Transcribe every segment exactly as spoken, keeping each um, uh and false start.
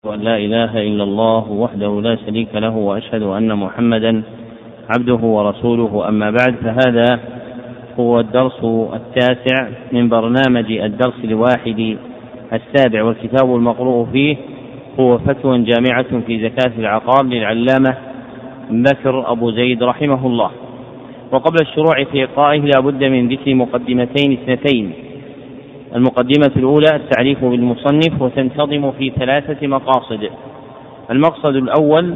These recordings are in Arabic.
أن لا إله إلا الله وحده لا شريك له وأشهد أن محمدا عبده ورسوله. أما بعد، فهذا هو الدرس التاسع من برنامج الدرس الواحد السابع، والكتاب المقروء فيه هو فتوى جامعة في زكاة العقار للعلامة بكر أبو زيد رحمه الله. وقبل الشروع في إلقائه لا بد من ذكر مقدمتين اثنتين. المقدمة الأولى التعريف بالمصنف، وتنتظم في ثلاثة مقاصد. المقصد الأول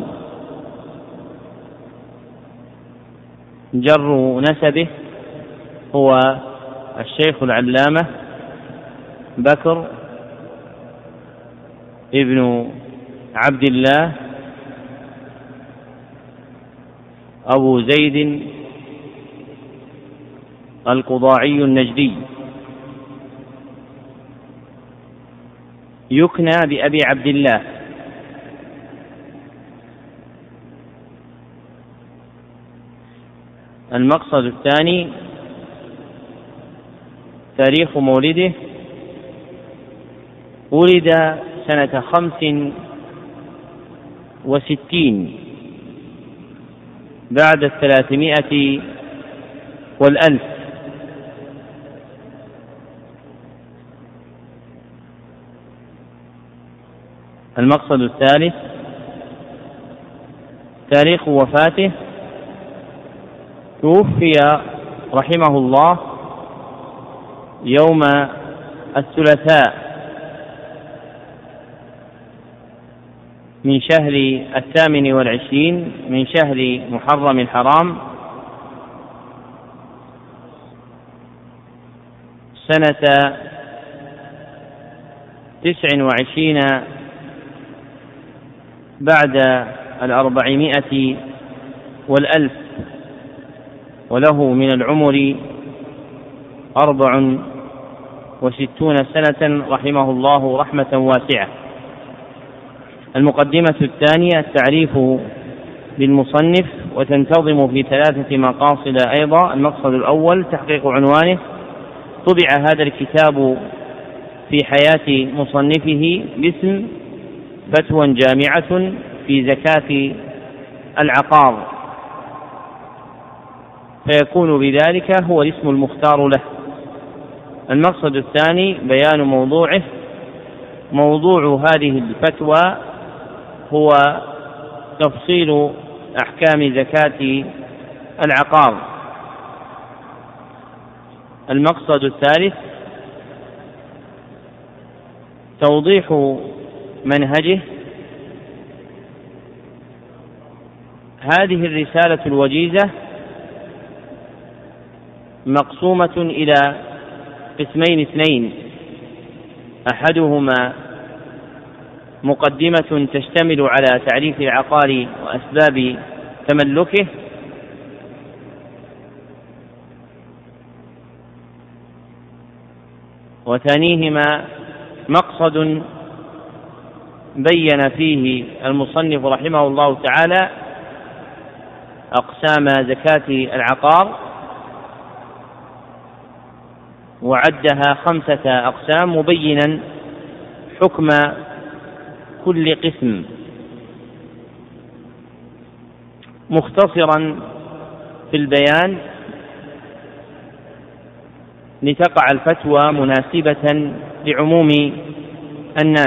جر نسبه، هو الشيخ العلامة بكر ابن عبد الله أبو زيد القضاعي النجدي، يكنى بأبي عبد الله. المقصد الثاني تاريخ مولده، ولد سنة خمس وستين بعد الثلاثمائة والألف. المقصد الثالث تاريخ وفاته، توفي رحمه الله يوم الثلاثاء من شهر الثامن والعشرين من شهر محرم الحرام سنة تسع وعشرين بعد الأربعمائة والألف، وله من العمر أربع وستون سنة رحمه الله رحمة واسعة. المقدمة الثانية التعريف بالمصنف، وتنتظم في ثلاثة مقاصد أيضا. المقصد الأول تحقيق عنوانه، طبع هذا الكتاب في حياة مصنفه باسم فتوى جامعة في زكاة العقار، فيكون بذلك هو الاسم المختار له. المقصد الثاني بيان موضوعه. موضوع هذه الفتوى هو تفصيل أحكام زكاة العقار. المقصد الثالث توضيح منهجه. هذه الرسالة الوجيزة مقسومة إلى قسمين اثنين، أحدهما مقدمة تشتمل على تعريف العقار وأسباب تملكه، وثانيهما مقصد بين فيه المصنف رحمه الله تعالى أقسام زكاة العقار، وعدها خمسة أقسام مبينا حكم كل قسم، مختصرا في البيان لتقع الفتوى مناسبة لعموم الناس.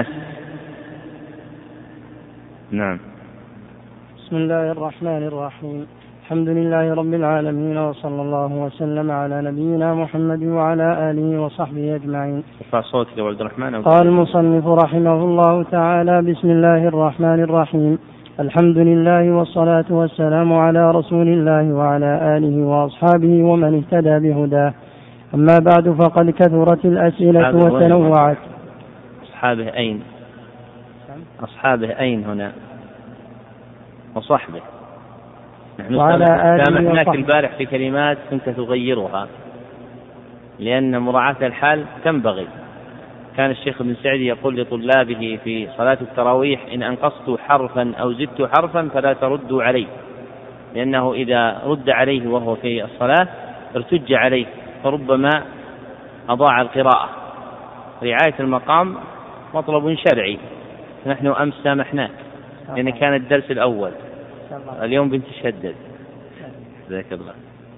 نعم. بسم الله الرحمن الرحيم. الحمد لله رب العالمين، وصلى الله وسلم على نبينا محمد وعلى آله وصحبه أجمعين. ارفع صوتك يا عبد الرحمن. قال المصنف رحمه الله تعالى: بسم الله الرحمن الرحيم. الحمد لله والصلاة والسلام على رسول الله وعلى آله وأصحابه ومن اهتدى بهداه. أما بعد، فقد كثرت الأسئلة وتنوعت. أصحابه أين؟ أصحابه أين هنا؟ وصحبه. نحن سامحناك البارح في كلمات كنت تغيرها، لأن مراعاة الحال تنبغي. كان الشيخ ابن سعدي يقول لطلابه في صلاة التراويح: إن أنقصت حرفا أو زدت حرفا فلا تردوا عليه، لأنه إذا رد عليه وهو في الصلاة ارتج عليه، فربما أضاع القراءة. رعاية المقام مطلب شرعي، نحن أمس سامحناك لأن كان الدرس الأول، اليوم بنتشدد. جزاك الله.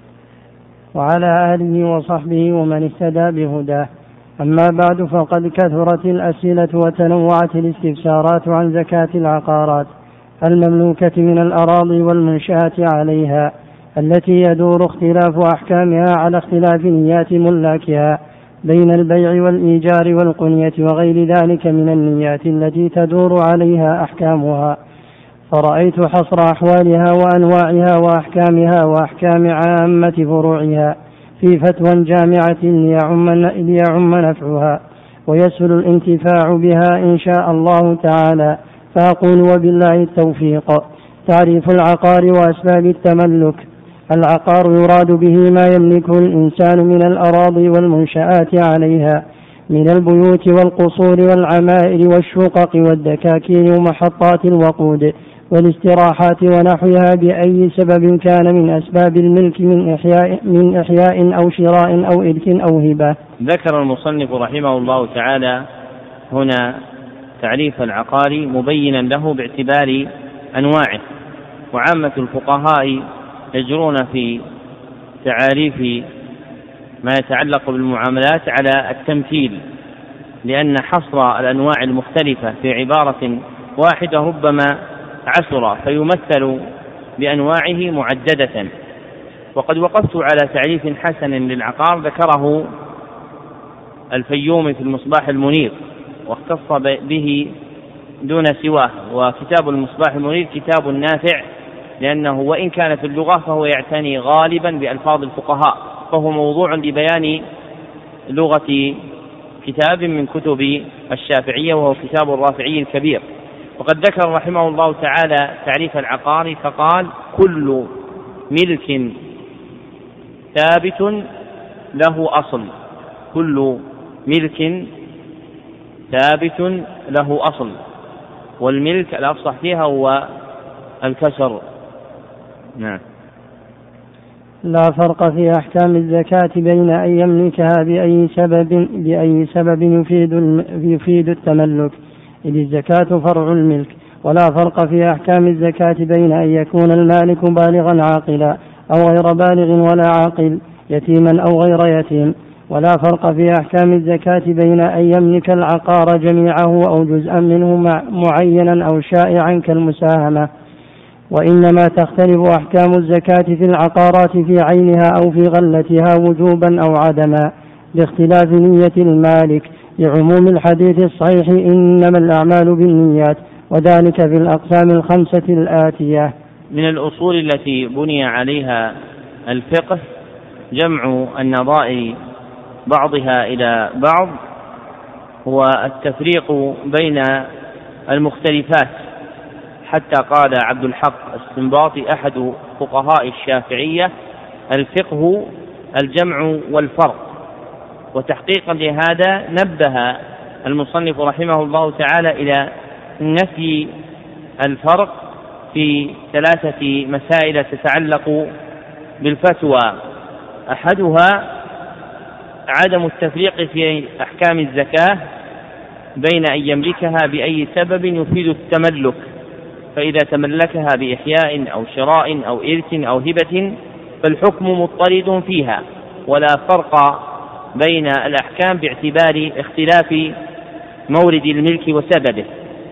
وعلى آله وصحبه ومن اهتدى بهداه. أما بعد، فقد كثرت الأسئلة وتنوعت الاستفسارات عن زكاة العقارات المملوكة من الأراضي والمنشآت عليها، التي يدور اختلاف أحكامها على اختلاف نيات ملاكها بين البيع والإيجار والقنية وغير ذلك من النيات التي تدور عليها أحكامها. فرأيت حصر أحوالها وأنواعها وأحكامها وأحكام عامة فروعها في فتوى جامعة ليعم, ليعم نفعها ويسهل الانتفاع بها إن شاء الله تعالى. فأقول وبالله التوفيق. تعريف العقار وأسباب التملك. العقار يراد به ما يملكه الإنسان من الأراضي والمنشآت عليها من البيوت والقصور والعمائر والشقق والدكاكين ومحطات الوقود والاستراحات ونحوها بأي سبب كان من أسباب الملك من إحياء, من إحياء أو شراء أو إرث أو هبة. ذكر المصنف رحمه الله تعالى هنا تعريف العقار مبينا له باعتبار أنواعه، وعامة الفقهاء يجرون في تعاريف ما يتعلق بالمعاملات على التمثيل، لأن حصر الأنواع المختلفة في عبارة واحدة ربما عسر فيمثل بأنواعه معددة. وقد وقفت على تعريف حسن للعقار ذكره الفيومي في المصباح المنير واختص به دون سواه، وكتاب المصباح المنير كتاب نافع لأنه وإن كان في اللغة فهو يعتني غالبا بألفاظ الفقهاء، فهو موضوع لبيان لغة كتاب من كتب الشافعية وهو كتاب الرافعي الكبير. وقد ذكر رحمه الله تعالى تعريف العقار فقال: كل ملك ثابت له أصل. كل ملك ثابت له أصل، والملك الأفصح فيها هو الكسر. نعم. لا فرق في أحكام الزكاة بين أن يملكها بأي سبب بأي سبب يفيد يفيد التملك، إذ الزكاة فرع الملك. ولا فرق في أحكام الزكاة بين أن يكون المالك بالغا عاقلا أو غير بالغ ولا عاقل، يتيما أو غير يتيم. ولا فرق في أحكام الزكاة بين أن يملك العقار جميعه أو جزءا منه معينا أو شائعا كالمساهمة. وإنما تختلف أحكام الزكاة في العقارات في عينها أو في غلتها وجوبا أو عدما باختلاف نية المالك، لعموم الحديث الصحيح: إنما الأعمال بالنيات، وذلك في الأقسام الخمسة الآتية. من الأصول التي بني عليها الفقه جمع النظائر بعضها إلى بعض، هو التفريق بين المختلفات، حتى قال عبد الحق السنباطي أحد فقهاء الشافعية: الفقه الجمع والفرق. وتحقيقا لهذا نبه المصنف رحمه الله تعالى إلى نفي الفرق في ثلاثة مسائل تتعلق بالفتوى. أحدها عدم التفريق في أحكام الزكاة بين أن يملكها بأي سبب يفيد التملك، فإذا تملكها بإحياء أو شراء أو إرث أو هبة فالحكم مضطرد فيها، ولا فرق بين الأحكام باعتبار اختلاف مورد الملك وسببه.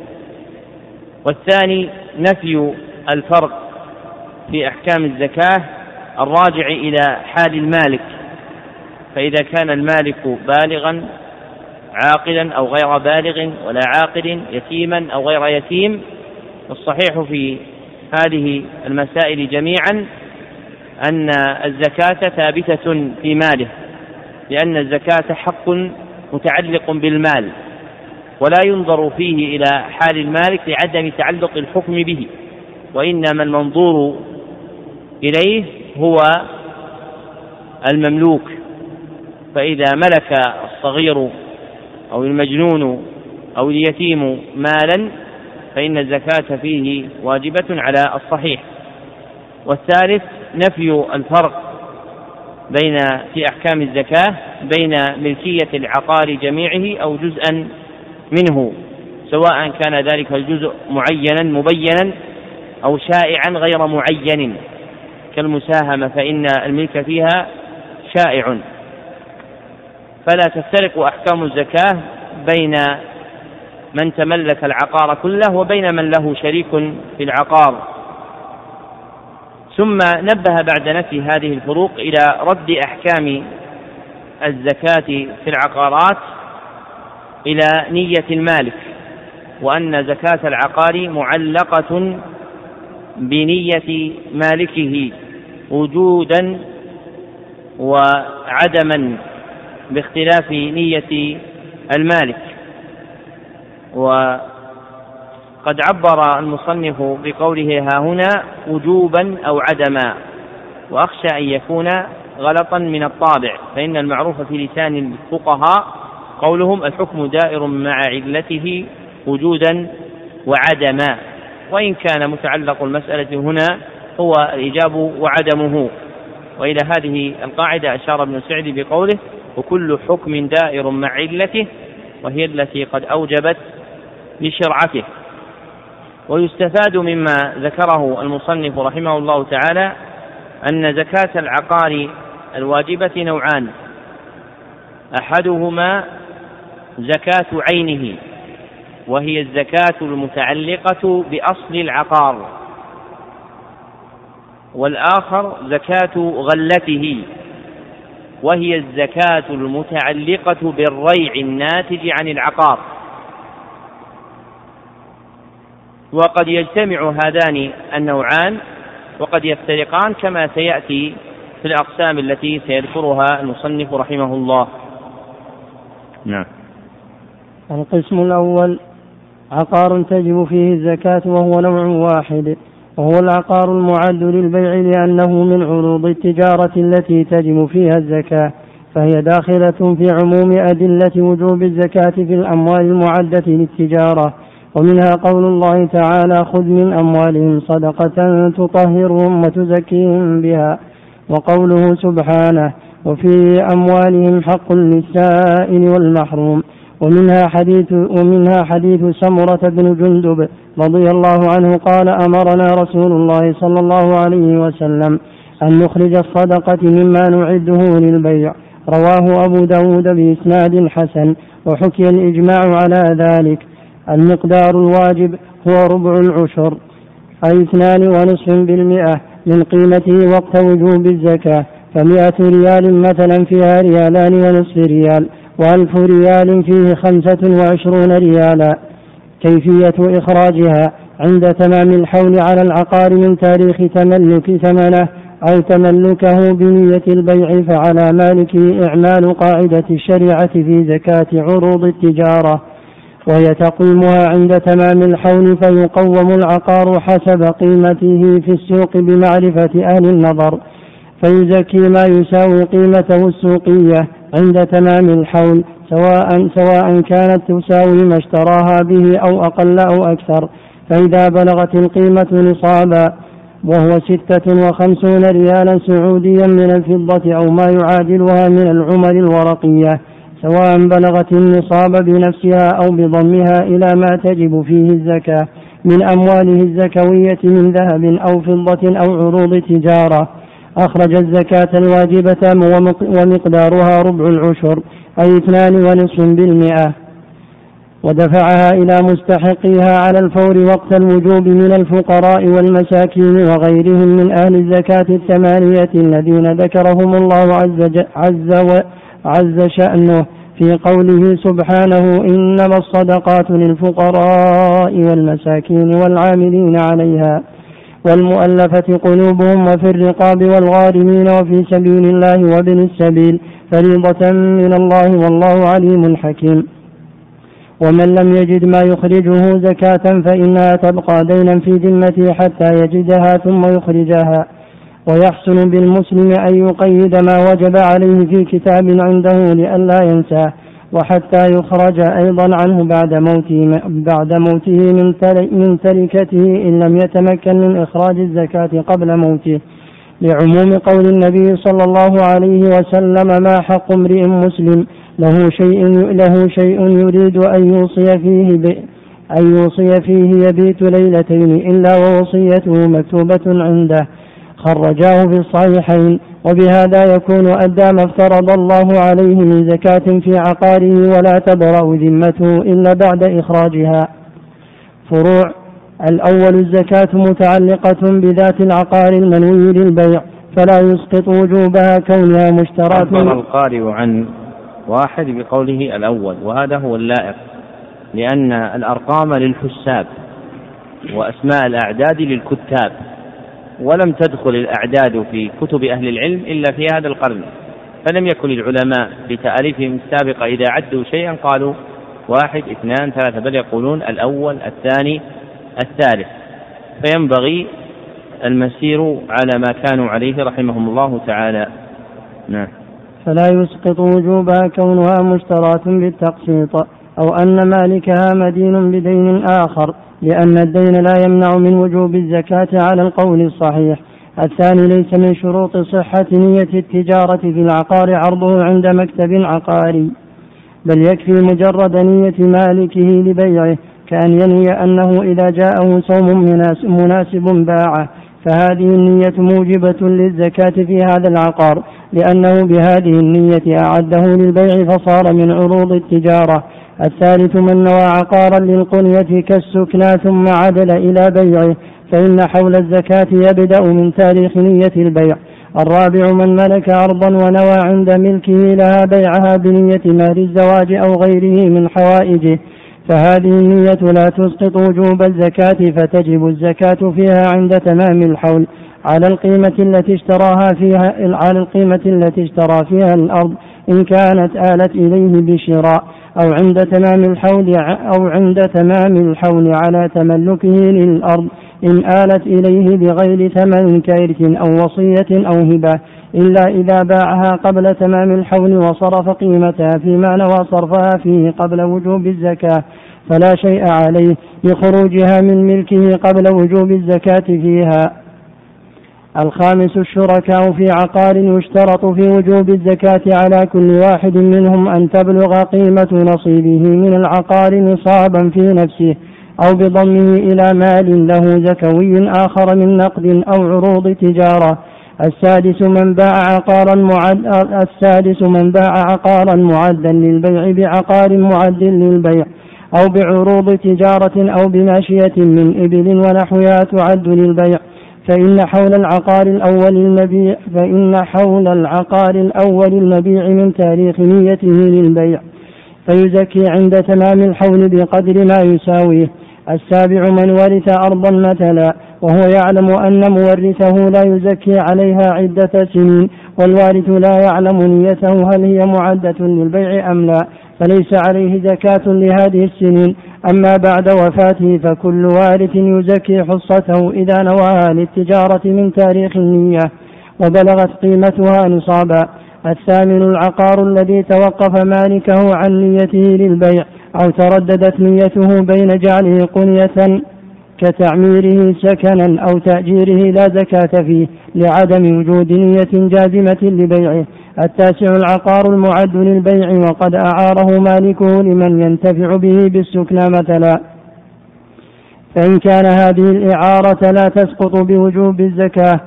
والثاني نفي الفرق في أحكام الزكاة الراجع إلى حال المالك، فإذا كان المالك بالغا عاقلا أو غير بالغ ولا عاقل، يتيما أو غير يتيم، الصحيح في هذه المسائل جميعا أن الزكاة ثابتة في ماله، لأن الزكاة حق متعلق بالمال، ولا ينظر فيه إلى حال المالك لعدم تعلق الحكم به، وإنما المنظور إليه هو المملوك. فإذا ملك الصغير أو المجنون أو اليتيم مالا فإن الزكاة فيه واجبة على الصحيح. والثالث نفي الفرق بين في أحكام الزكاة بين ملكية العقار جميعه أو جزءا منه، سواء كان ذلك الجزء معينا مبينا أو شائعا غير معين كالمساهمة، فإن الملك فيها شائع، فلا تفترق أحكام الزكاة بين من تملك العقار كله وبين من له شريك في العقار. ثم نبه بعد نفي هذه الفروق إلى رد أحكام الزكاة في العقارات إلى نية المالك، وأن زكاة العقار معلقة بنية مالكه وجودا وعدما باختلاف نية المالك. وقد عبر المصنف بقوله ها هنا وجوبا أو عدما، وأخشى أن يكون غلطا من الطابع، فإن المعروف في لسان الفقهاء قولهم الحكم دائر مع علته وجودا وعدما، وإن كان متعلق المسألة هنا هو الإيجاب وعدمه. وإلى هذه القاعدة أشار ابن سعد بقوله وكل حكم دائر مع علته، وهي التي قد أوجبت لشرعته. ويستفاد مما ذكره المصنف رحمه الله تعالى أن زكاة العقار الواجبة نوعان، أحدهما زكاة عينه وهي الزكاة المتعلقة بأصل العقار، والآخر زكاة غلته وهي الزكاة المتعلقة بالريع الناتج عن العقار. وقد يجتمع هذان النوعان وقد يفترقان كما سيأتي في الأقسام التي سيذكرها المصنف رحمه الله. نعم. القسم الأول عقار تجب فيه الزكاة وهو نوع واحد، وهو العقار المعد للبيع لأنه من عروض التجارة التي تجب فيها الزكاة، فهي داخلة في عموم أدلة وجوب الزكاة في الأموال المعدة للتجارة. ومنها قول الله تعالى خذ من أموالهم صدقة تطهرهم وتزكيهم بها، وقوله سبحانه وفي أموالهم حق للسائل والمحروم. ومنها حديث, ومنها حديث سمرة بن جندب رضي الله عنه قال أمرنا رسول الله صلى الله عليه وسلم أن نخرج الصدقة مما نعده للبيع، رواه أبو داود بإسناد حسن، وحكي الإجماع على ذلك. المقدار الواجب هو ربع العشر أي اثنان ونصف بالمئة من قيمته وقت وجوب الزكاة، فمئة ريال مثلا فيها ريالان ونصف ريال، وألف ريال فيه خمسة وعشرون ريالا. كيفية إخراجها عند تمام الحول على العقار من تاريخ تملك ثمنه أو تملكه بنية البيع، فعلى مالكه إعمال قاعدة الشريعة في زكاة عروض التجارة، وهي تقويمها عند تمام الحول، فيقوم العقار حسب قيمته في السوق بمعرفة أهل النظر، فيزكي ما يساوي قيمته السوقية عند تمام الحول، سواء سواء كانت تساوي ما اشتراها به أو أقل أو أكثر. فإذا بلغت القيمة نصابا وهو ستة وخمسون ريالا سعوديا من الفضة أو ما يعادلها من العمل الورقية، سواء بلغت النصاب بنفسها أو بضمها إلى ما تجب فيه الزكاة من أمواله الزكوية من ذهب أو فضة أو عروض تجارة، أخرج الزكاة الواجبة ومقدارها ربع العشر أي اثنان ونصف بالمئة، ودفعها إلى مستحقيها على الفور وقت الوجوب من الفقراء والمساكين وغيرهم من أهل الزكاة الثمانية الذين ذكرهم الله عز, عز, عز شأنه في قوله سبحانه إنما الصدقات للفقراء والمساكين والعاملين عليها والمؤلفة قلوبهم وفي الرقاب والغارمين وفي سبيل الله وابن السبيل فريضة من الله والله عليم حكيم. ومن لم يجد ما يخرجه زكاة فإنها تبقى دينا في ذمته حتى يجدها ثم يخرجها. ويحسن بالمسلم أن يقيد ما وجب عليه في كتاب عنده لئلا ينساه، وحتى يخرج أيضا عنه بعد موته, بعد موته من تركته إن لم يتمكن من إخراج الزكاة قبل موته، لعموم قول النبي صلى الله عليه وسلم ما حق امرئ مسلم له شيء, له شيء يريد أن يوصي فيه أن يوصي فيه يبيت ليلتين إلا ووصيته مكتوبة عنده، خرجاه في الصحيحين. وبهذا يكون أدى ما افترض الله عليه من زكاة في عقاره ولا تبرأ ذمته إلا بعد إخراجها. فروع: الأول الزكاة متعلقة بذات العقار المنوي للبيع، فلا يسقط وجوبها كونها مشترات. عبر القارئ عن واحد بقوله الأول، وهذا هو اللائق، لأن الأرقام للحساب وأسماء الأعداد للكتاب، ولم تدخل الأعداد في كتب أهل العلم إلا في هذا القرن، فلم يكن العلماء بتأليفهم السابقة إذا عدوا شيئا قالوا واحد اثنان ثلاثة، بل يقولون الأول الثاني الثالث، فينبغي المسير على ما كانوا عليه رحمهم الله تعالى. نعم. فلا يسقط وجوبها كونها مشترات بالتقسيط، أو أن مالكها مدين بدين آخر، لأن الدين لا يمنع من وجوب الزكاة على القول الصحيح. الثاني ليس من شروط صحة نية التجارة في العقار عرضه عند مكتب عقاري، بل يكفي مجرد نية مالكه لبيعه، كأن ينوي أنه إذا جاءه صوم مناسب باعه، فهذه النية موجبة للزكاة في هذا العقار، لأنه بهذه النية أعده للبيع فصار من عروض التجارة. الثالث من نوى عقارا للقنية كالسكنى ثم عدل إلى بيعه، فإن حول الزكاة يبدأ من تاريخ نية البيع. الرابع من ملك أرضا ونوى عند ملكه لها بيعها بنية مهر الزواج أو غيره من حوائجه، فهذه النية لا تسقط وجوب الزكاة، فتجب الزكاة فيها عند تمام الحول على القيمة التي اشتراها فيها على القيمة التي اشترى فيها الأرض إن كانت آلت إليه بشراء، أو عند تمام الحول أو عند تمام الحول على تملكه للأرض إن آلت إليه بغير ثمن كإرث أو وصية أو هبة، إلا إذا باعها قبل تمام الحول وصرف قيمتها فيما نوى صرفها فيه قبل وجوب الزكاة، فلا شيء عليه لخروجها من ملكه قبل وجوب الزكاة فيها. الخامس الشركاء في عقار يشترط في وجوب الزكاة على كل واحد منهم أن تبلغ قيمة نصيبه من العقار نصابا في نفسه أو بضمه إلى مال له زكوي آخر من نقد أو عروض تجارة. السادس من باع عقارا معد السادس من باع عقارا معدا للبيع بعقار معد للبيع أو بعروض تجارة أو بماشية من إبل ونحوها تعد للبيع، فإن حول العقار الأول المبيع فإن حول العقار الأول المبيع من تاريخ نيته للبيع، فيزكي عند تمام الحول بقدر ما يساويه. السابع من ورث أرضا مثلا وهو يعلم أن مورثه لا يزكي عليها عدة سنين، والوارث لا يعلم نيته هل هي معدة للبيع أم لا، فليس عليه زكاة لهذه السنين. أما بعد وفاته فكل وارث يزكي حصته إذا نواها للتجارة من تاريخ النية وبلغت قيمتها نصابا. الثامن العقار الذي توقف مالكه عن نيته للبيع أو ترددت نيته بين جعله قنية كتعميره سكنا أو تأجيره لا زكاة فيه لعدم وجود نية جازمة لبيعه. التاسع العقار المعد للبيع وقد أعاره مالكه لمن ينتفع به بالسكنى مثلا، فإن كان هذه الإعارة لا تسقط بوجوب الزكاة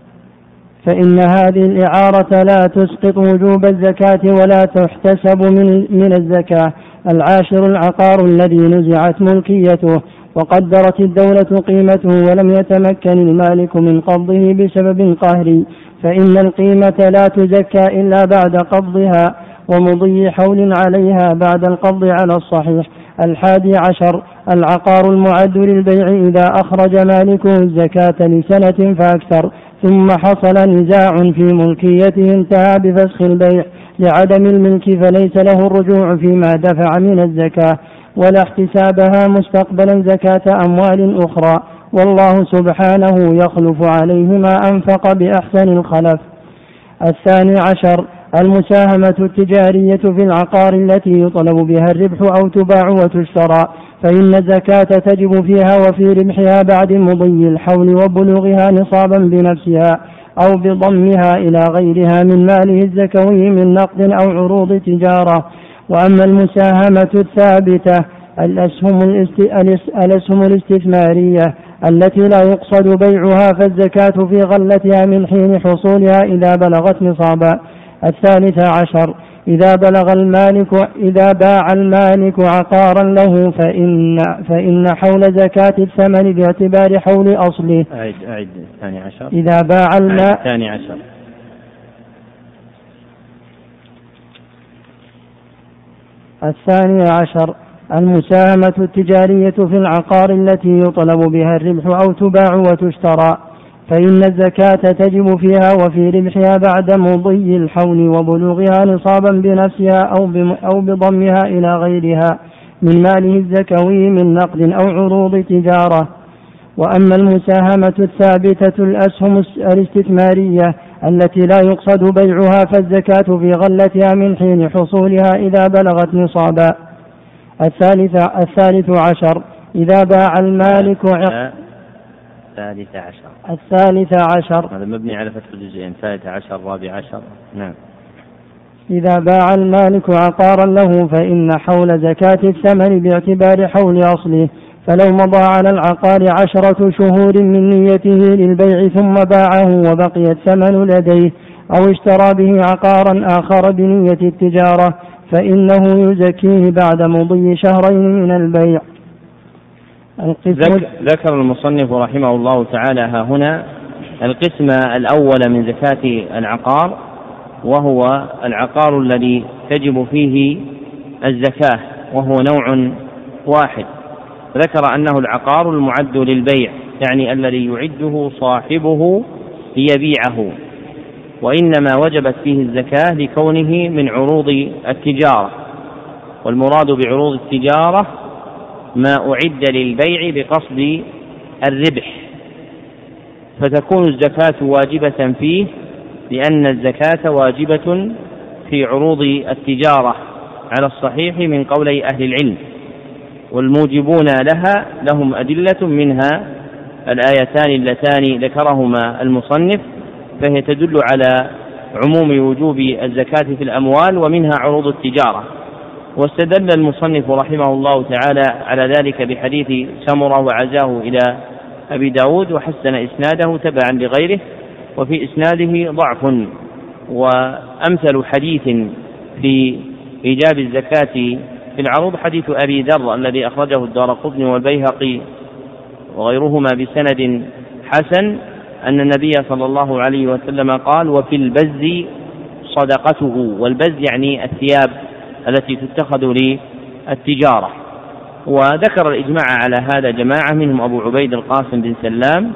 فإن هذه الإعارة لا تسقط وجوب الزكاة ولا تحتسب من, من الزكاة. العاشر العقار الذي نزعت ملكيته وقدرت الدولة قيمته ولم يتمكن المالك من قبضه بسبب قهري، فإن القيمة لا تزكى إلا بعد قبضها ومضي حول عليها بعد القبض على الصحيح. الحادي عشر العقار المعد للبيع إذا أخرج مالكه الزكاة لسنة فأكثر ثم حصل نزاع في ملكيته انتهى بفسخ البيع لعدم الملك، فليس له الرجوع فيما دفع من الزكاة ولا احتسابها مستقبلا زكاة أموال أخرى، والله سبحانه يخلف عليه ما أنفق بأحسن الخلف. الثاني عشر المساهمة التجارية في العقار التي يطلب بها الربح أو تباع وتشترى، فإن الزكاة تجب فيها وفي ربحها بعد مضي الحول وبلوغها نصابا بنفسها أو بضمها إلى غيرها من ماله الزكوي من نقد أو عروض تجارة. وأما المساهمة الثابتة الأسهم, الأسهم الاستثمارية التي لا يقصد بيعها فالزكاة في غلتها من حين حصولها إذا بلغت نصابا. الثالث عشر إذا بلغ المالك إذا باع المالك عقارا له فإن, فإن حول زكاة الثمن باعتبار حول أصله. أعد أعد الثاني عشر. إذا باع الماء الثاني عشر الثاني عشر المساهمة التجارية في العقار التي يطلب بها الربح أو تباع وتشترى، فإن الزكاة تجب فيها وفي ربحها بعد مضي الحول وبلوغها نصابا بنفسها أو بضمها إلى غيرها من ماله الزكوي من نقد أو عروض تجارة. وأما المساهمة الثابتة الأسهم الاستثمارية التي لا يقصد بيعها فالزكاة في غلتها من حين حصولها إذا بلغت نصابا. الثالث, الثالث عشر إذا باع المالك عقد الثالث عشر الثالث عشر هذا مبني على فتح الجزئين. الثالث عشر الرابع عشر. نعم. إذا باع المالك عقارا له فإن حول زكاة الثمن باعتبار حول أصله، فلو مضى على العقار عشرة شهور من نيته للبيع ثم باعه وبقي الثمن لديه أو اشترى به عقارا آخر بنية التجارة فإنه يزكيه بعد مضي شهرين من البيع. ذكر المصنف رحمه الله تعالى ها هنا القسم الأول من زكاة العقار، وهو العقار الذي تجب فيه الزكاة، وهو نوع واحد. ذكر أنه العقار المعد للبيع، يعني الذي يعده صاحبه ليبيعه، وإنما وجبت فيه الزكاة لكونه من عروض التجارة، والمراد بعروض التجارة ما أعد للبيع بقصد الربح، فتكون الزكاة واجبة فيه لأن الزكاة واجبة في عروض التجارة على الصحيح من قولي أهل العلم، والموجبون لها لهم أدلة، منها الآيتان اللتان ذكرهما المصنف، فهي تدل على عموم وجوب الزكاة في الأموال ومنها عروض التجارة. واستدل المصنف رحمه الله تعالى على ذلك بحديث سمرة وعزاه إلى أبي داود وحسن إسناده تبعا لغيره، وفي إسناده ضعف. وأمثل حديث في إيجاب الزكاة في العروض حديث أبي ذر الذي أخرجه الدارقطني والبيهقي وغيرهما بسند حسن، أن النبي صلى الله عليه وسلم قال: وفي البز صدقته. والبز يعني الثياب التي تتخذ للتجارة. وذكر الإجماع على هذا جماعة منهم أبو عبيد القاسم بن سلام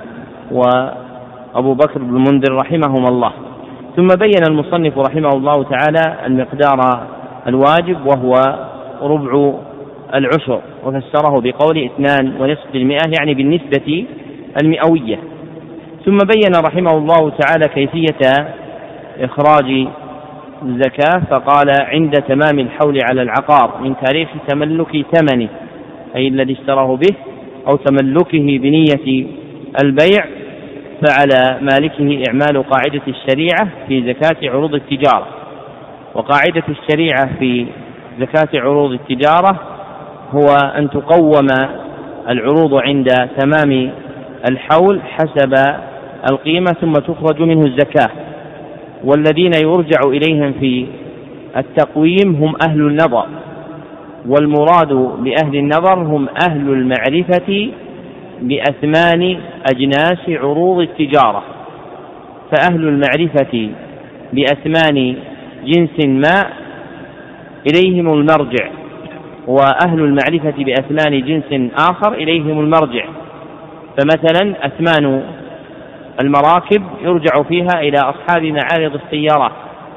وأبو بكر بن المنذر رحمهم الله. ثم بين المصنف رحمه الله تعالى المقدار الواجب وهو ربع العشر، وفسره بقول اثنان ونصف المئة، يعني بالنسبة المئوية. ثم بين رحمه الله تعالى كيفية إخراج الزكاة، فقال: عند تمام الحول على العقار من تاريخ تملك ثمنه، أي الذي اشتراه به، أو تملكه بنية البيع، فعلى مالكه إعمال قاعدة الشريعة في زكاة عروض التجارة. وقاعدة الشريعة في زكاة عروض التجارة هو أن تقوم العروض عند تمام الحول حسب القيمة ثم تخرج منه الزكاة. والذين يرجع إليهم في التقويم هم أهل النظر، والمراد بأهل النظر هم أهل المعرفة بأثمان أجناس عروض التجارة. فأهل المعرفة بأثمان جنس ما إليهم المرجع، وأهل المعرفة بأثمان جنس آخر إليهم المرجع. فمثلا أثمان المراكب يرجع فيها إلى أصحاب معارض السيارات،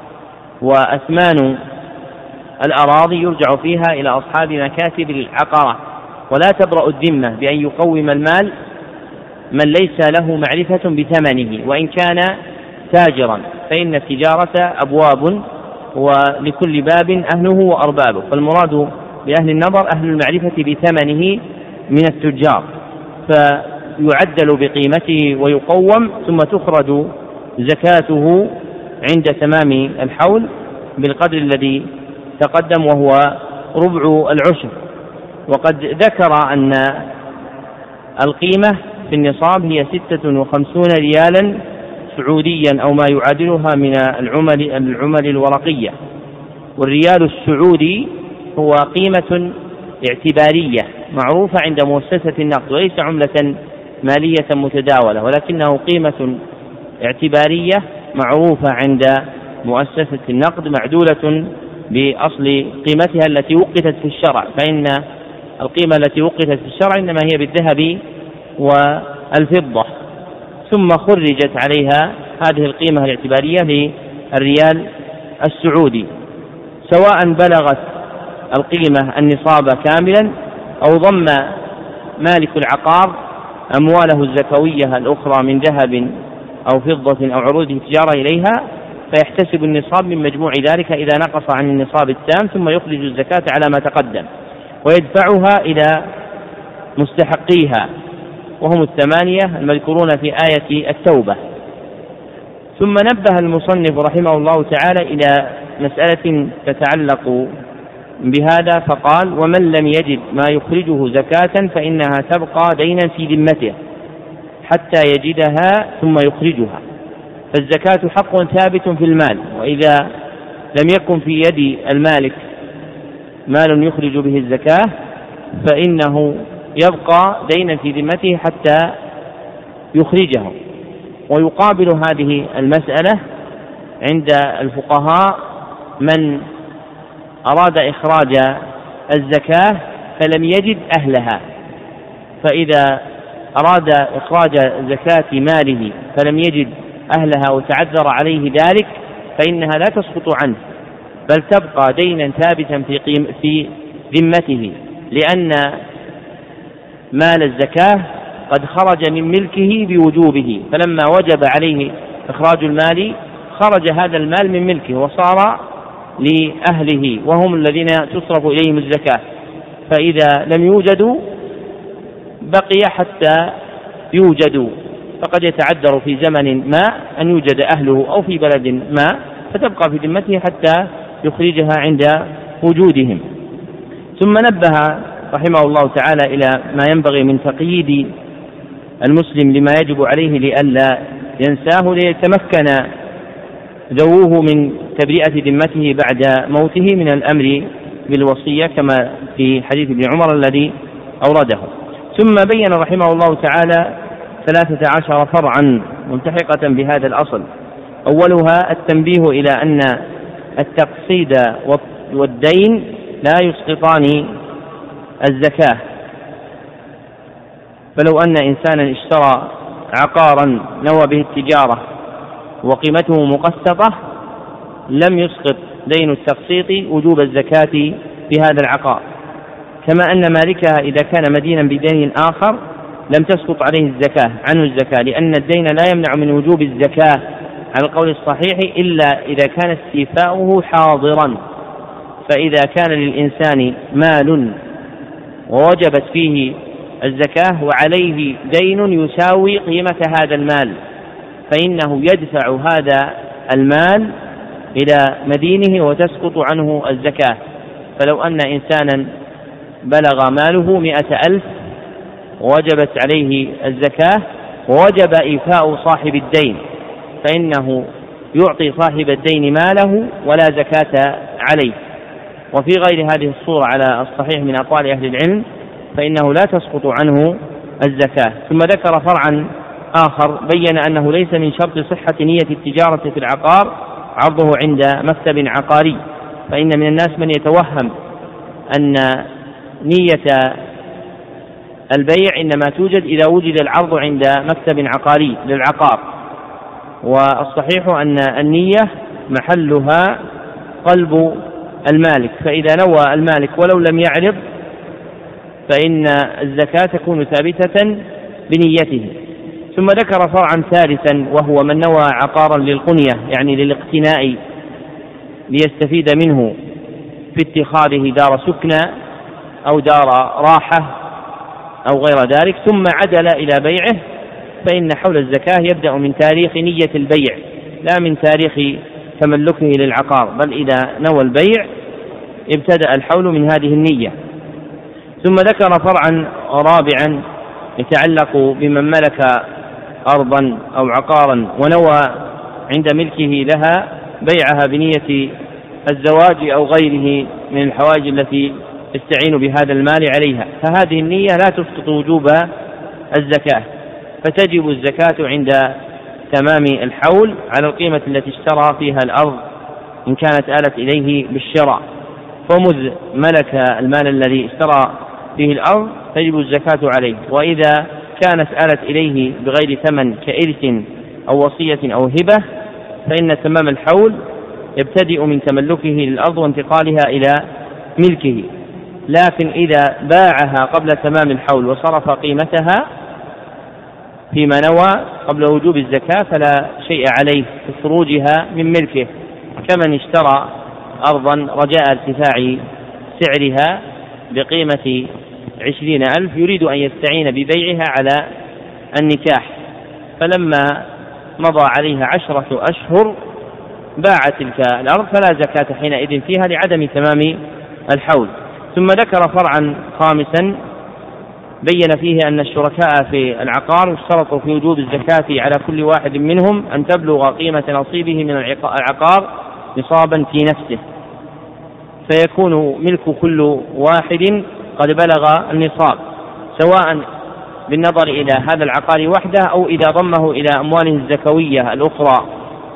وأثمان الأراضي يرجع فيها إلى أصحاب مكاتب العقارات. ولا تبرأ الذمة بأن يقوم المال من ليس له معرفة بثمنه وإن كان تاجرا، فإن التجارة أبواب ولكل باب أهله وأربابه. فالمراد بأهل النظر أهل المعرفة بثمنه من التجار، فيعدل بقيمته ويقوم، ثم تخرج زكاته عند تمام الحول بالقدر الذي تقدم وهو ربع العشر. وقد ذكر أن القيمة في النصاب هي ستة وخمسون ريالا سعوديا أو ما يعادلها من العمل, العمل الورقية. والريال السعودي هو قيمة اعتبارية معروفة عند مؤسسة النقد وليس عملة مالية متداولة، ولكنه قيمة اعتبارية معروفة عند مؤسسة النقد معدولة بأصل قيمتها التي وقتت في الشرع، فإن القيمة التي وقتت في الشرع إنما هي بالذهب والفضة، ثم خرجت عليها هذه القيمة الاعتبارية للريال السعودي، سواء بلغت القيمة النصاب كاملا أو ضم مالك العقار أمواله الزكوية الأخرى من ذهب أو فضة أو عروض التجارة إليها، فيحتسب النصاب من مجموع ذلك إذا نقص عن النصاب التام، ثم يخرج الزكاة على ما تقدم ويدفعها إلى مستحقيها وهم الثمانية المذكورون في آية التوبة. ثم نبه المصنف رحمه الله تعالى إلى مسألة تتعلق بهذا فقال: ومن لم يجد ما يخرجه زكاة فإنها تبقى دينا في ذمته حتى يجدها ثم يخرجها. فالزكاة حق ثابت في المال، وإذا لم يكن في يد المالك مال يخرج به الزكاة فإنه يبقى دينا في ذمته حتى يخرجه. ويقابل هذه المسألة عند الفقهاء من أراد إخراج الزكاة فلم يجد أهلها، فإذا أراد إخراج زكاة ماله فلم يجد أهلها وتعذر عليه ذلك فإنها لا تسقط عنه، بل تبقى دينا ثابتا في, قيم في ذمته، لأن مال الزكاة قد خرج من ملكه بوجوبه، فلما وجب عليه إخراج المال خرج هذا المال من ملكه وصار لأهله وهم الذين تصرف إليهم الزكاة، فإذا لم يوجدوا بقي حتى يوجدوا، فقد يتعذر في زمن ما أن يوجد أهله أو في بلد ما فتبقى في ذمته حتى يخرجها عند وجودهم. ثم نبه رحمه الله تعالى إلى ما ينبغي من تقييد المسلم لما يجب عليه لئلا ينساه ليتمكن ذووه من تبرئة ذمته بعد موته من الأمر بالوصية كما في حديث ابن عمر الذي أورده. ثم بين رحمه الله تعالى ثلاثة عشر فرعا ملتحقة بهذا الأصل. أولها التنبيه إلى أن التقسيط والدين لا يسقطان الزكاة، فلو أن إنسانا اشترى عقارا نوى به التجارة وقيمته مقسطة لم يسقط دين التقسيط وجوب الزكاة في هذا العقار، كما أن مالكها إذا كان مدينا بدين آخر لم تسقط عليه الزكاة عنه الزكاة، لأن الدين لا يمنع من وجوب الزكاة على القول الصحيح إلا إذا كان استيفاؤه حاضرا. فإذا كان للإنسان مال ووجبت فيه الزكاة وعليه دين يساوي قيمة هذا المال فإنه يدفع هذا المال إلى مدينه وتسقط عنه الزكاة. فلو أن إنسانا بلغ ماله مئة ألف ووجبت عليه الزكاة ووجب إيفاء صاحب الدين فإنه يعطي صاحب الدين ماله ولا زكاة عليه. وفي غير هذه الصورة على الصحيح من أقوال أهل العلم فإنه لا تسقط عنه الزكاة. ثم ذكر فرعا آخر بين أنه ليس من شرط صحة نية التجارة في العقار عرضه عند مكتب عقاري، فإن من الناس من يتوهم أن نية البيع إنما توجد إذا وجد العرض عند مكتب عقاري للعقار، والصحيح أن النية محلها قلب المالك، فإذا نوى المالك ولو لم يعرض فإن الزكاة تكون ثابتة بنيته. ثم ذكر فرعا ثالثا وهو من نوى عقارا للقنية يعني للاقتناء ليستفيد منه في اتخاذه دار سكنى أو دار راحة أو غير ذلك ثم عدل إلى بيعه، فإن حول الزكاة يبدأ من تاريخ نية البيع لا من تاريخ تملكه للعقار، بل إذا نوى البيع ابتدأ الحول من هذه النية. ثم ذكر فرعا رابعا يتعلق بمن ملك أرضا أو عقارا ونوى عند ملكه لها بيعها بنية الزواج أو غيره من الحوائج التي يستعين بهذا المال عليها، فهذه النية لا تسقط وجوب الزكاة، فتجب الزكاة عند تمام الحول على القيمة التي اشترى فيها الأرض إن كانت آلت إليه بالشراء. فمذ ملك المال الذي اشترى فيه الأرض تجب الزكاة عليه، وإذا كانت آلت إليه بغير ثمن كإرث أو وصية أو هبة فإن تمام الحول يبتدئ من تملكه للأرض وانتقالها إلى ملكه. لكن إذا باعها قبل تمام الحول وصرف قيمتها فيما نوى قبل وجوب الزكاة فلا شيء عليه في خروجها من ملكه، كمن اشترى أرضا رجاء ارتفاع سعرها بقيمة عشرين ألف يريد أن يستعين ببيعها على النكاح، فلما مضى عليها عشرة أشهر باع تلك الأرض فلا زكاة حينئذ فيها لعدم تمام الحول. ثم ذكر فرعا خامسا بين فيه أن الشركاء في العقار اشترطوا في وجوب الزكاة على كل واحد منهم أن تبلغ قيمة نصيبه من العقار نصابا في نفسه، فيكون ملك كل واحد قد بلغ النصاب، سواء بالنظر إلى هذا العقار وحده أو إذا ضمه إلى أمواله الزكوية الأخرى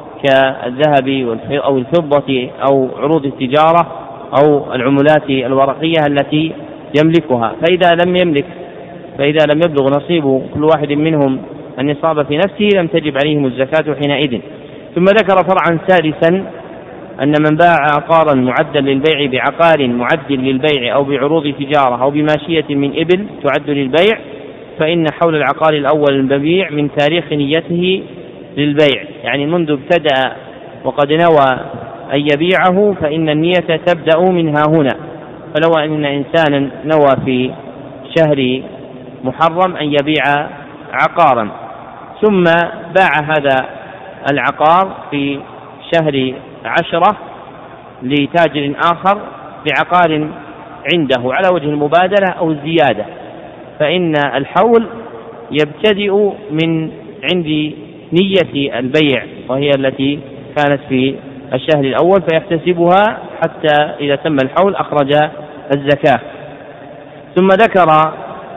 كالذهب أو الفضة أو عروض التجارة أو العملات الورقية التي يملكها. فإذا لم يملك فإذا لم يبلغ نصيب كل واحد منهم النصاب في نفسه لم تجب عليهم الزكاة حينئذ. ثم ذكر فرعا سادسا أن من باع عقارا معدا للبيع بعقار معد للبيع أو بعروض تجارة أو بماشية من إبل تعد للبيع فإن حول العقار الأول المبيع من تاريخ نيته للبيع، يعني منذ ابتدأ وقد نوى أن يبيعه فإن النية تبدأ منها هنا. فلو أن إنسانا نوى في شهر محرم أن يبيع عقارا ثم باع هذا العقار في شهر عشرة لتاجر آخر بعقار عنده على وجه المبادلة أو الزيادة، فإن الحول يبتدئ من عند نية البيع وهي التي كانت في الشهر الأول فيحتسبها حتى إذا تم الحول أخرج الزكاة. ثم ذكر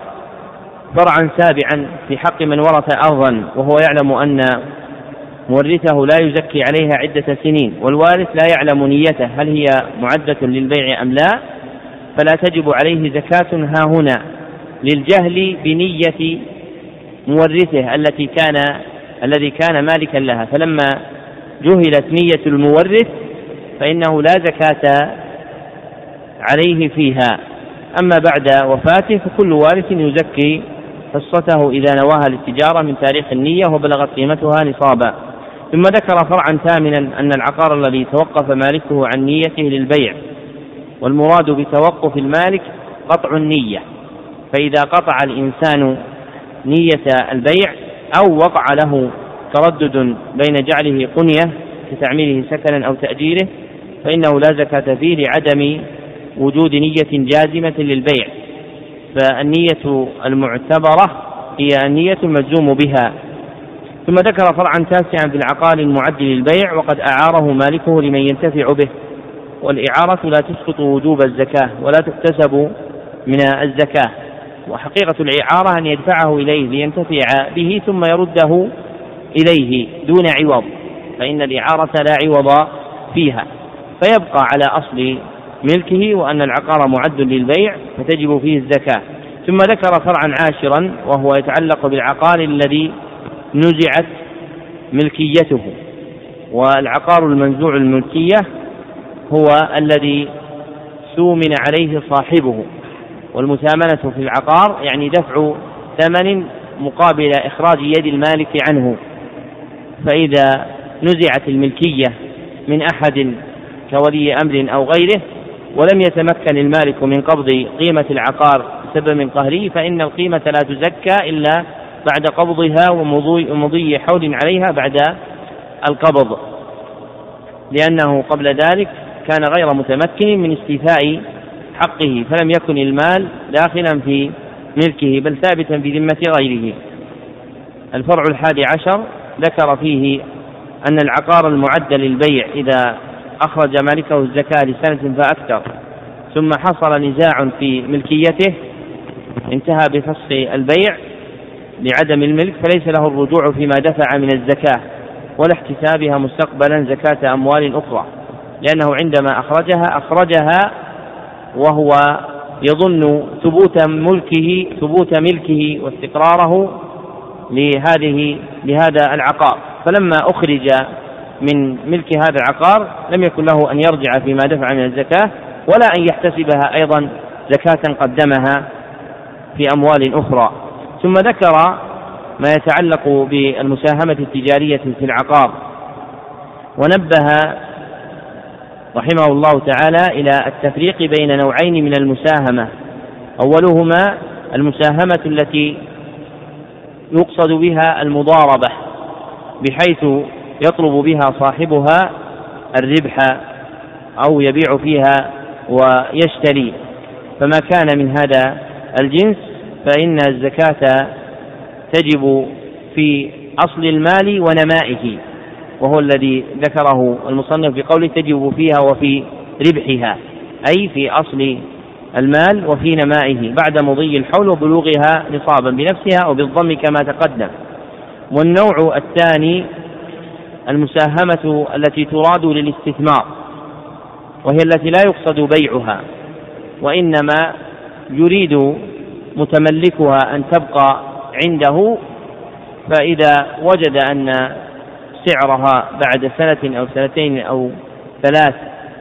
فرعا سابعا في حق من ورث أرضا وهو يعلم أن مورثه لا يزكي عليها عدة سنين والوارث لا يعلم نيته هل هي معدة للبيع أم لا، فلا تجب عليه زكاة ها هنا للجهل بنية مورثه التي كان الذي كان مالكا لها، فلما جهلت نية المورث فإنه لا زكاة عليه فيها. أما بعد وفاته فكل وارث يزكي حصته إذا نواها للتجارة من تاريخ النية وبلغت قيمتها نصابا. ثم ذكر فرعا ثامنا أن العقار الذي توقف مالكه عن نيته للبيع، والمراد بتوقف المالك قطع النية، فإذا قطع الإنسان نية البيع أو وقع له تردد بين جعله قنية كتعميله سكنا أو تأجيره فإنه لا زكاة فيه لعدم وجود نية جازمة للبيع، فالنية المعتبرة هي النية المجزوم بها. ثم ذكر فرعا تاسعا في العقار المعد للبيع وقد أعاره مالكه لمن ينتفع به، والإعارة لا تسقط وجوب الزكاة ولا تكتسب من الزكاة، وحقيقة الإعارة أن يدفعه إليه لينتفع به ثم يرده إليه دون عوض، فإن الإعارة لا عوض فيها فيبقى على أصل ملكه وأن العقار معد للبيع فتجب فيه الزكاة. ثم ذكر فرعا عاشرا وهو يتعلق بالعقار الذي نزعت ملكيته، والعقار المنزوع الملكية هو الذي سومن عليه صاحبه، والمثامنة في العقار يعني دفع ثمن مقابل إخراج يد المالك عنه، فإذا نزعت الملكية من أحد كولي أمر أو غيره ولم يتمكن المالك من قبض قيمة العقار بسبب قهري فإن القيمة لا تزكى إلا بعد قبضها ومضي حول عليها بعد القبض، لأنه قبل ذلك كان غير متمكن من استيفاء حقه، فلم يكن المال داخلا في ملكه بل ثابتا في ذمة غيره. الفرع الحادي عشر ذكر فيه أن العقار المعد للبيع إذا أخرج مالكه الزكاة لسنة فأكثر ثم حصل نزاع في ملكيته انتهى بفسخ البيع لعدم الملك، فليس له الرجوع فيما دفع من الزكاة ولا احتسابها مستقبلا زكاة أموال أخرى، لأنه عندما أخرجها أخرجها وهو يظن ثبوت ملكه ثبوت ملكه واستقراره لهذه لهذا العقار، فلما أخرج من ملك هذا العقار لم يكن له أن يرجع فيما دفع من الزكاة ولا أن يحتسبها أيضا زكاة قدمها في أموال أخرى. ثم ذكر ما يتعلق بالمساهمة التجارية في العقار، ونبه رحمه الله تعالى إلى التفريق بين نوعين من المساهمة. أولهما المساهمة التي يقصد بها المضاربة، بحيث يطلب بها صاحبها الربح أو يبيع فيها ويشتري، فما كان من هذا الجنس فإن الزكاة تجب في أصل المال ونمائه، وهو الذي ذكره المصنف بقوله تجب فيها وفي ربحها، أي في أصل المال وفي نمائه بعد مضي الحول وبلوغها نصابا بنفسها أو بالضم كما تقدم. والنوع الثاني المساهمة التي تراد للاستثمار، وهي التي لا يقصد بيعها وإنما يريد متملكها أن تبقى عنده، فإذا وجد أن سعرها بعد سنة أو سنتين أو ثلاث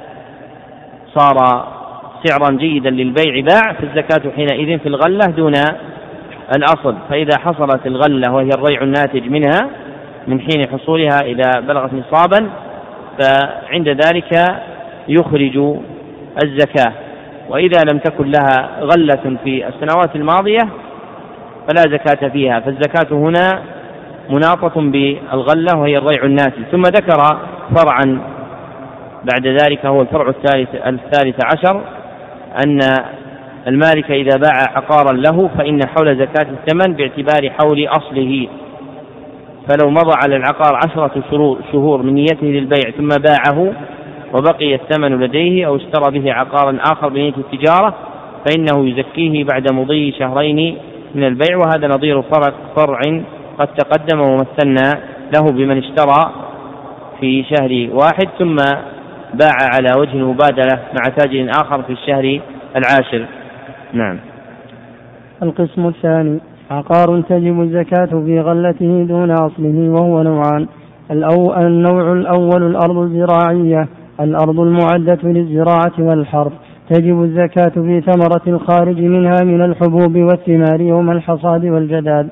صار سعرا جيدا للبيع باع، فالزكاة حينئذ في الغلة دون الأصل. فإذا حصلت الغلة وهي الريع الناتج منها من حين حصولها إذا بلغت نصابا فعند ذلك يخرج الزكاة، وإذا لم تكن لها غلة في السنوات الماضية فلا زكاة فيها، فالزكاة هنا مناطة بالغلة وهي الريع الناتج. ثم ذكر فرعا بعد ذلك هو الفرع الثالث, الثالث عشر أن المالك إذا باع عقارا له فإن حول زكاة الثمن باعتبار حول أصله، فلو مضى على العقار عشرة شهور من نيته للبيع ثم باعه وبقي الثمن لديه أو اشترى به عقارا آخر بنية التجارة فإنه يزكيه بعد مضي شهرين من البيع، وهذا نظير فرع, فرع قد تقدم ومثلنا له بمن اشترى في شهر واحد ثم باع على وجه المبادلة مع تاجر آخر في الشهر العاشر. نعم. القسم الثاني عقار تجب الزكاة في غلته دون أصله، وهو نوعان. النوع الأول الأرض الزراعية، الأرض المعدة للزراعة والحرث، تجب الزكاة في ثمرة الخارج منها من الحبوب والثمار يوم الحصاد والجداد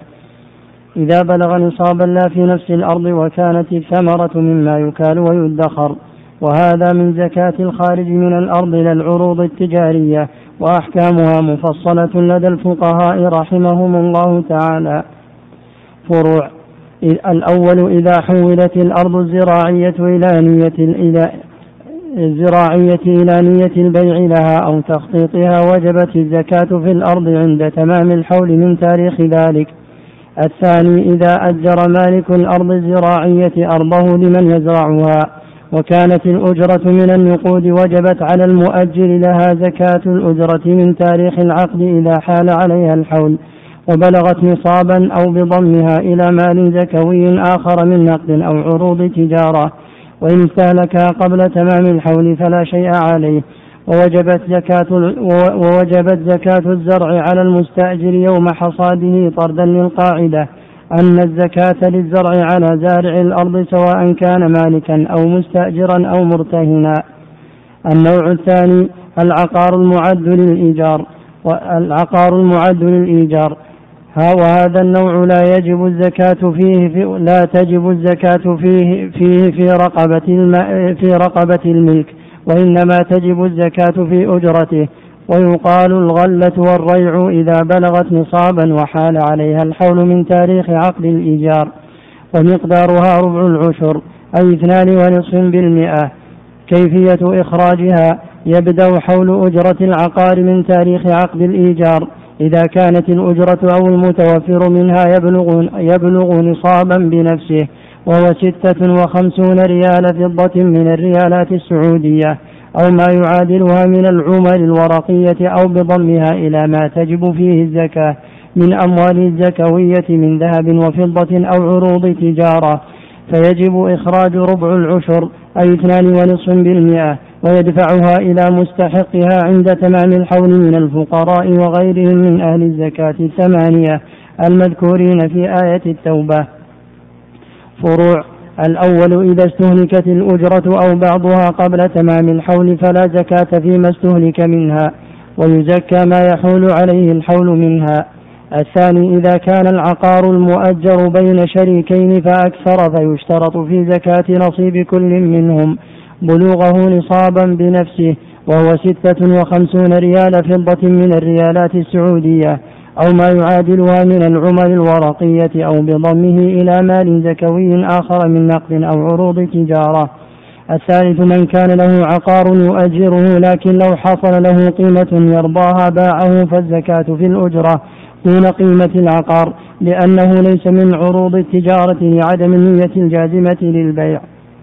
إذا بلغ نصابا لا في نفس الأرض وكانت الثمرة مما يكال ويدخر، وهذا من زكاة الخارج من الأرض إلى العروض التجارية، وأحكامها مفصلة لدى الفقهاء رحمهم الله تعالى. فروع: الأول إذا حولت الأرض الزراعية إلى نية الزراعية إلى نية البيع لها أو تخطيطها وجبت الزكاة في الأرض عند تمام الحول من تاريخ ذلك. الثاني إذا أجر مالك الأرض الزراعية أرضه لمن يزرعها وكانت الأجرة من النقود وجبت على المؤجر لها زكاة الأجرة من تاريخ العقد إذا حال عليها الحول وبلغت نصابا أو بضمها إلى مال زكوي آخر من نقد أو عروض تجارة، وإن استهلكها قبل تمام الحول فلا شيء عليه. ووجبت زكاة, ووجبت زكاة الزرع على المستأجر يوم حصاده طردا للقاعدة أن الزكاة للزرع على زارع الأرض سواء كان مالكا أو مستأجرا أو مرتهنا. النوع الثاني العقار المعد للإيجار، والعقار المعد للإيجار وهذا النوع لا يجب الزكاة فيه في لا تجب الزكاة فيه فيه في رقبة في رقبة الملك، وإنما تجب الزكاة في أجرته. ويقال الغلة والريع إذا بلغت نصابا وحال عليها الحول من تاريخ عقد الإيجار، ومقدارها ربع العشر أي اثنان ونصف بالمئة. كيفية إخراجها يبدأ حول أجرة العقار من تاريخ عقد الإيجار إذا كانت الأجرة أو المتوفر منها يبلغ, يبلغ نصابا بنفسه، وهو ستة وخمسون ريال فضة من الريالات السعودية أو ما يعادلها من العمل الورقية أو بضمها إلى ما تجب فيه الزكاة من أموال الزكوية من ذهب وفضة أو عروض تجارة، فيجب إخراج ربع العشر أي اثنان ونصف بالمئة، ويدفعها إلى مستحقها عند تمام الحول من الفقراء وغيرهم من أهل الزكاة الثمانية المذكورين في آية التوبة. فروع: الأول إذا استهلكت الأجرة أو بعضها قبل تمام الحول فلا زكاة فيما استهلك منها، ويزكى ما يحول عليه الحول منها. الثاني إذا كان العقار المؤجر بين شريكين فأكثر فيشترط في زكاة نصيب كل منهم بلوغه نصابا بنفسه، وهو ستة وخمسون ريال فضة من الريالات السعودية أو ما يعادلها من العمل الورقية أو بضمه إلى مال زكوي آخر من نقد أو عروض تجارة. الثالث من كان له عقار يؤجره لكن لو حصل له قيمة يرضاها باعه فالزكاة في الأجرة دون قيمة العقار، لأنه ليس من عروض التجارة لعدم النية الجازمة للبيع.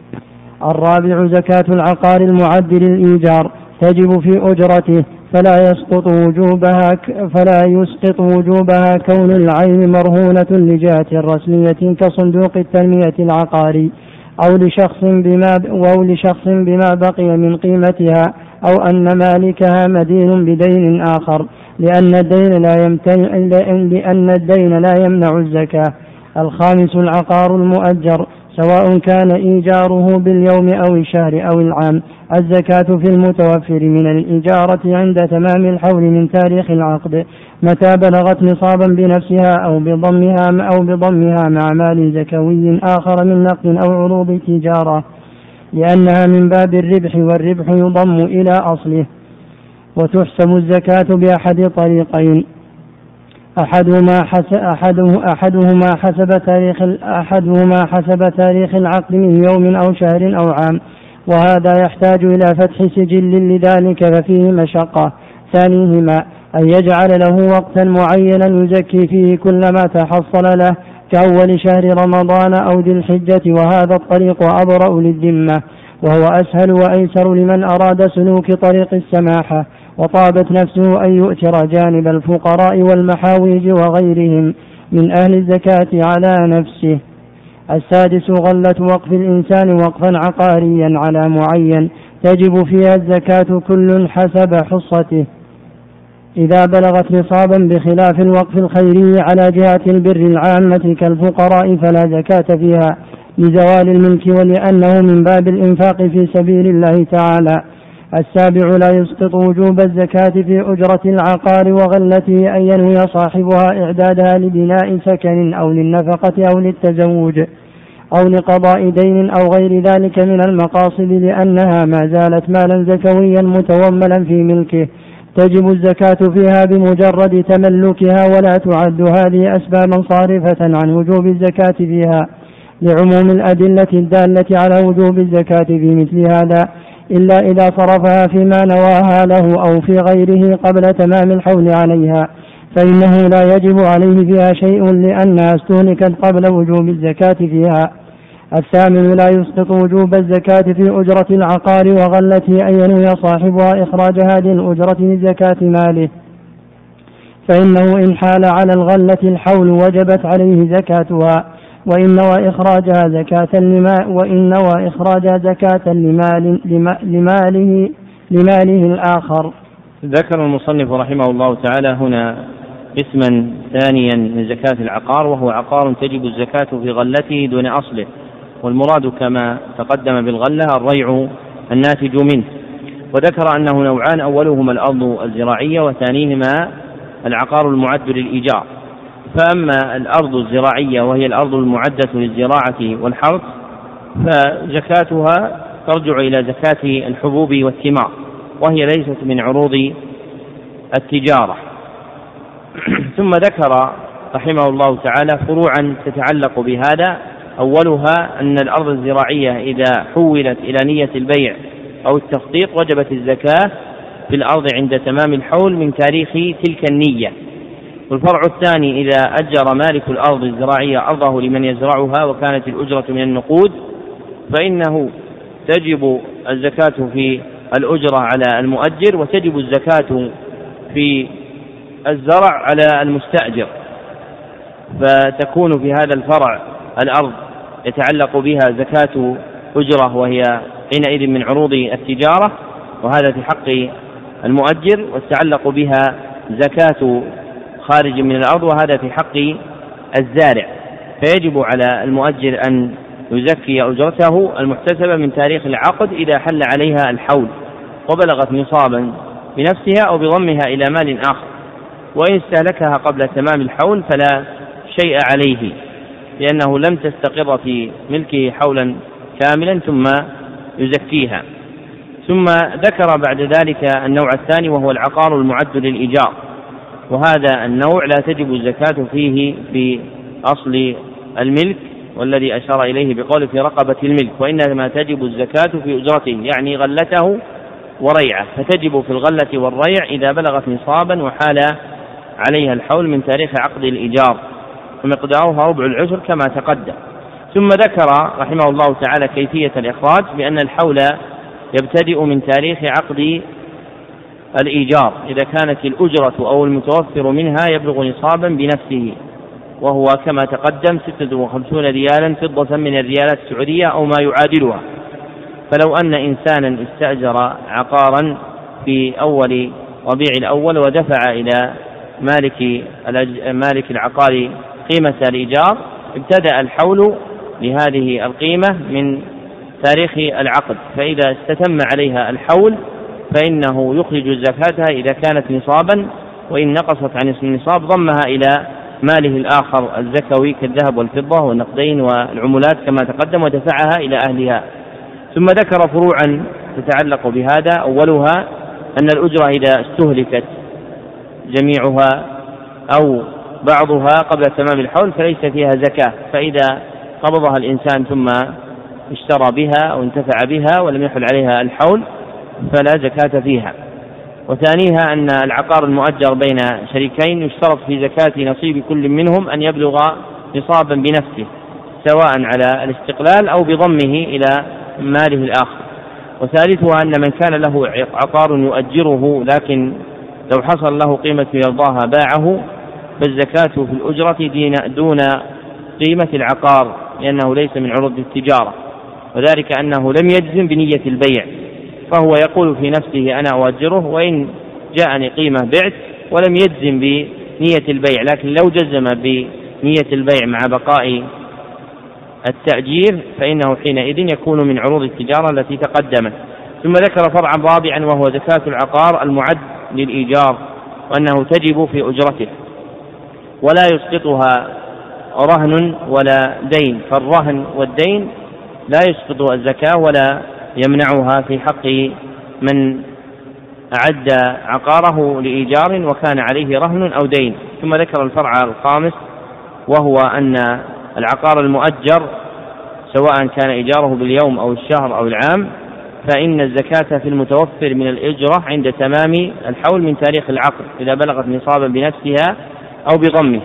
الرابع زكاة العقار المعد للإيجار تجب في أجرته، فلا يسقط وجوبها فلا يسقط وجوبها كون العين مرهونة لجهة رسمية كصندوق التنمية العقاري أو لشخص بما أو لشخص بما بقي من قيمتها، أو أن مالكها مدين بدين آخر، لأن الدين لا يمتنع لأن الدين لا يمنع الزكاة. الخامس العقار المؤجر سواء كان إيجاره باليوم أو الشهر أو العام، الزكاة في المتوفر من الإجارة عند تمام الحول من تاريخ العقد متى بلغت نصابا بنفسها أو بضمها أو بضمها مع مال زكوي آخر من نقد أو عروض تجارة، لأنها من باب الربح والربح يضم إلى أصله. وتحسب الزكاة بأحد طريقين: أحدهما حسب أحدهما حسب تاريخ أحدهما حسب تاريخ العقد من يوم أو شهر أو عام، وهذا يحتاج إلى فتح سجل لذلك ففيه مشقة. ثانيهما أن يجعل له وقتا معينا يزكي فيه كل ما تحصل له كأول شهر رمضان أو ذي الحجة، وهذا الطريق أبرأ للذمة وهو أسهل وأيسر لمن أراد سلوك طريق السماحة وطابت نفسه أن يؤثر جانب الفقراء والمحاويج وغيرهم من أهل الزكاة على نفسه. السادس غلة وقف الإنسان وقفا عقاريا على معين تجب فيها الزكاة كل حسب حصته إذا بلغت نصابا، بخلاف الوقف الخيري على جهة البر العامة كالفقراء فلا زكاة فيها لزوال الملك ولأنه من باب الإنفاق في سبيل الله تعالى. السابع لا يسقط وجوب الزكاة في أجرة العقار وغلته أن ينوي صاحبها إعدادها لبناء سكن أو للنفقة أو للتزوج أو لقضاء دين أو غير ذلك من المقاصد، لأنها ما زالت مالا زكويا متوملا في ملكه تجب الزكاة فيها بمجرد تملكها، ولا تعد هذه أسبابا صارفة عن وجوب الزكاة فيها لعموم الأدلة الدالة على وجوب الزكاة في مثل هذا، إلا إذا صرفها فيما نواها له أو في غيره قبل تمام الحول عليها، فإنه لا يجب عليه فيها شيء لأنها استهلكت قبل وجوب الزكاة فيها. الثامن لا يسقط وجوب الزكاة في أجرة العقار وغلته أن ينوي صاحبها إخراج هذه الأجرة من زكاة ماله، فإنه إن حال على الغلة الحول وجبت عليه زكاتها، وإن نوى إخراجها زكاة لما وإن نوى إخراجها زكاة لمال لماله لماله الآخر. ذكر المصنف رحمه الله تعالى هنا اسما ثانيا من زكاة العقار، وهو عقار تجب الزكاة في غلته دون أصله، والمراد كما تقدم بالغلة الريع الناتج منه. وذكر أنه نوعان: أولهما الأرض الزراعية، وثانيهما العقار المعد للإيجار. فأما الأرض الزراعية وهي الأرض المعدة للزراعة والحرث فزكاتها ترجع إلى زكاة الحبوب والثمار، وهي ليست من عروض التجارة. ثم ذكر رحمه الله تعالى فروعا تتعلق بهذا. أولها أن الأرض الزراعية إذا حولت إلى نية البيع أو التصديق وجبت الزكاة في الأرض عند تمام الحول من تاريخ تلك النية. والفرع الثاني: إذا أجر مالك الأرض الزراعية أرضه لمن يزرعها وكانت الأجرة من النقود فإنه تجب الزكاة في الأجرة على المؤجر، وتجب الزكاة في الزرع على المستأجر، فتكون في هذا الفرع الأرض يتعلق بها زكاة أجرة وهي حينئذ من عروض التجارة، وهذا في حق المؤجر، وتتعلق بها زكاة خارج من الأرض وهذا في حق الزارع، فيجب على المؤجر أن يزكي أجرته المحتسبة من تاريخ العقد إذا حل عليها الحول وبلغت نصابا بنفسها أو بضمها إلى مال آخر، وإن استهلكها قبل تمام الحول فلا شيء عليه لأنه لم تستقر في ملكه حولا كاملا ثم يزكيها. ثم ذكر بعد ذلك النوع الثاني وهو العقار المعد للإيجار، وهذا النوع لا تجب الزكاة فيه في أصل الملك والذي أشار إليه بقول في رقبة الملك، وإنما تجب الزكاة في أجرته يعني غلته وريعه، فتجب في الغلة والريع إذا بلغت نصابا وحال عليها الحول من تاريخ عقد الإيجار، ومقدارها ربع العشر كما تقدم. ثم ذكر رحمه الله تعالى كيفية الإخراج بأن الحول يبتدئ من تاريخ عقد الإيجار إذا كانت الأجرة أو المتوفر منها يبلغ نصابا بنفسه، وهو كما تقدم ستة وخمسون ريالا فضة من الريالات السعودية أو ما يعادلها. فلو أن إنسانا استأجر عقارا في أول ربيع الأول ودفع إلى مالك مالك العقار قيمة الإيجار، ابتدأ الحول لهذه القيمة من تاريخ العقد، فإذا استتم عليها الحول فإنه يخرج زكاتها إذا كانت نصابا، وإن نقصت عن النصاب ضمها إلى ماله الآخر الزكوي كالذهب والفضة والنقدين والعملات كما تقدم ودفعها إلى أهلها. ثم ذكر فروعا تتعلق بهذا، أولها أن الأجرة إذا استهلكت جميعها أو بعضها قبل تمام الحول فليس فيها زكاة، فإذا قبضها الإنسان ثم اشترى بها أو انتفع بها ولم يحل عليها الحول فلا زكاة فيها. وثانيها أن العقار المؤجر بين شريكين يشترط في زكاة نصيب كل منهم أن يبلغ نصابا بنفسه سواء على الاستقلال أو بضمه إلى ماله الآخر. وثالثها أن من كان له عقار يؤجره لكن لو حصل له قيمة يرضاها باعه فالزكاة في الأجرة دون قيمة العقار لأنه ليس من عروض التجارة، وذلك أنه لم يجزم بنية البيع، فهو يقول في نفسه أنا أؤجره وإن جاءني قيمة بعت، ولم يجزم بنية البيع، لكن لو جزم بنية البيع مع بقاء التأجير فإنه حينئذ يكون من عروض التجارة التي تقدمت. ثم ذكر فرعا رابعا وهو زكاة العقار المعد للإيجار، وأنه تجب في أجرته ولا يسقطها رهن ولا دين، فالرهن والدين لا يسقط الزكاة ولا يمنعها في حق من أعد عقاره لإيجار وكان عليه رهن أو دين. ثم ذكر الفرع الخامس وهو أن العقار المؤجر سواء كان إيجاره باليوم أو الشهر أو العام فإن الزكاة في المتوفر من الإجرة عند تمام الحول من تاريخ العقد إذا بلغت نصابا بنفسها أو بضمه.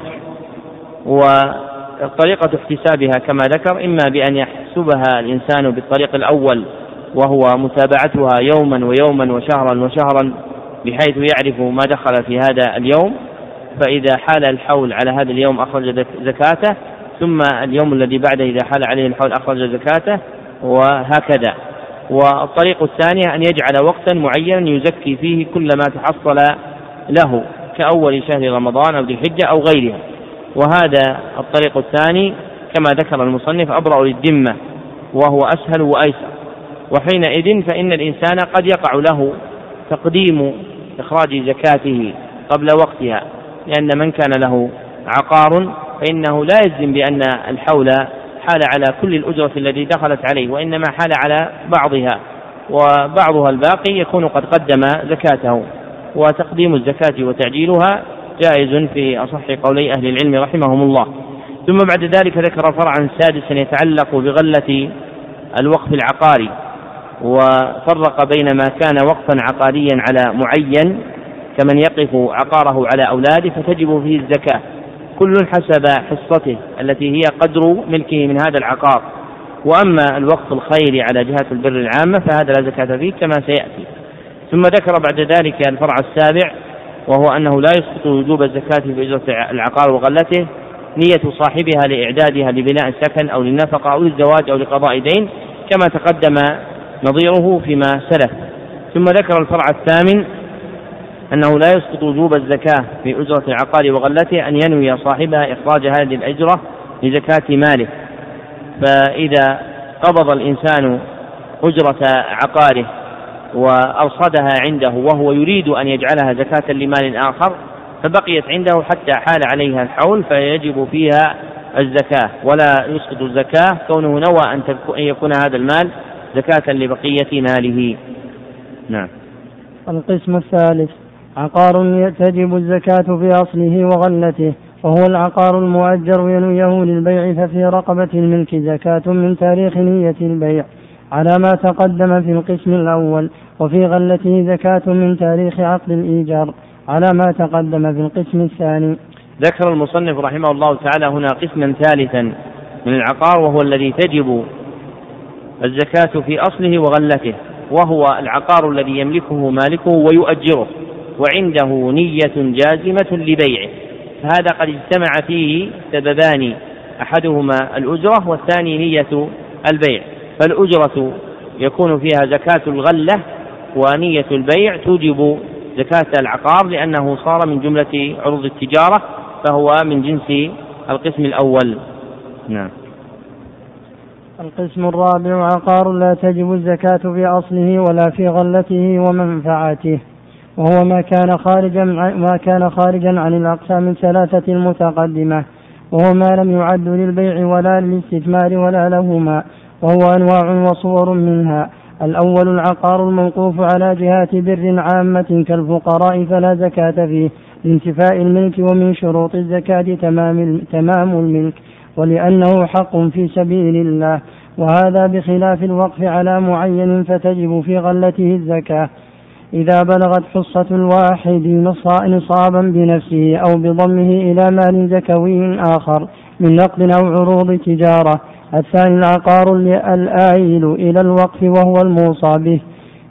وطريقة احتسابها كما ذكر إما بأن يحسبها الإنسان بالطريق الأول وهو متابعتها يوما ويوما وشهرا وشهرا بحيث يعرف ما دخل في هذا اليوم، فإذا حال الحول على هذا اليوم أخرج زكاته، ثم اليوم الذي بعده إذا حال عليه الحول أخرج زكاته، وهكذا. والطريق الثانية أن يجعل وقتا معينا يزكي فيه كل ما تحصل له كأول شهر رمضان أو ذي الحجة أو غيرها، وهذا الطريق الثاني كما ذكر المصنف أبرأ للذمة وهو أسهل وأيسر. وحينئذ فإن الإنسان قد يقع له تقديم إخراج زكاته قبل وقتها، لأن من كان له عقار فإنه لا يجزم بأن الحول حال على كل الأجرة التي دخلت عليه، وإنما حال على بعضها، وبعضها الباقي يكون قد قدم زكاته، وتقديم الزكاة وتعجيلها جائز في أصح قولي أهل العلم رحمهم الله. ثم بعد ذلك ذكر فرعا سادسا يتعلق بغلة الوقف العقاري، وفرق بين ما كان وقفا عقاريا على معين كمن يقف عقاره على أولاده فتجب فيه الزكاة كل حسب حصته التي هي قدر ملكه من هذا العقار. وأما الوقف الخيري على جهة البر العامة فهذا لا زكاة فيه كما سيأتي. ثم ذكر بعد ذلك الفرع السابع وهو أنه لا يسقط وجوب الزكاة في أجرة العقار وغلته نية صاحبها لإعدادها لبناء السكن أو للنفقة أو للزواج أو لقضاء دين كما تقدم نظيره فيما سلف. ثم ذكر الفرع الثامن أنه لا يسقط وجوب الزكاة في أجرة العقار وغلته أن ينوي صاحبها إخراج هذه الأجرة لزكاة ماله. فإذا قبض الإنسان أجرة عقاره وأرصدها عنده وهو يريد أن يجعلها زكاة لمال آخر فبقيت عنده حتى حال عليها الحول فيجب فيها الزكاة ولا يسقط الزكاة كونه نوى أن يكون هذا المال زكاة لبقية ماله. نعم. القسم الثالث عقار تجب الزكاة في أصله وغلته وهو العقار المؤجر ينويه للبيع ففي رقبة الملك زكاة من تاريخ نية البيع على ما تقدم في القسم الأول وفي غلته زكاة من تاريخ عقد الإيجار على ما تقدم في القسم الثاني. ذكر المصنف رحمه الله تعالى هنا قسما ثالثا من العقار وهو الذي تجب الزكاة في أصله وغلته وهو العقار الذي يملكه مالكه ويؤجره وعنده نية جازمة لبيعه. هذا قد اجتمع فيه سببان أحدهما الأجرة والثاني نية البيع. فالأجرة يكون فيها زكاة الغلة ونية البيع توجب زكاة العقار لأنه صار من جملة عروض التجارة فهو من جنس القسم الأول. نعم. القسم الرابع عقار لا تجب الزكاة في أصله ولا في غلته ومنفعته وهو ما كان خارجا ما كان خارجا عن الأقسام الثلاثة المتقدمة وهو ما لم يعد للبيع ولا للاستثمار ولا لهما وهو أنواع وصور منها. الأول العقار الموقوف على جهات بر عامة كالفقراء فلا زكاة فيه لانتفاء الملك ومن شروط الزكاة تمام, تمام الملك ولأنه حق في سبيل الله وهذا بخلاف الوقف على معين فتجب في غلته الزكاة إذا بلغت حصة الواحد نصابا بنفسه أو بضمه إلى مال زكوي آخر من نقد أو عروض تجارة. الثاني العقار الآيل إلى الوقف وهو الموصى به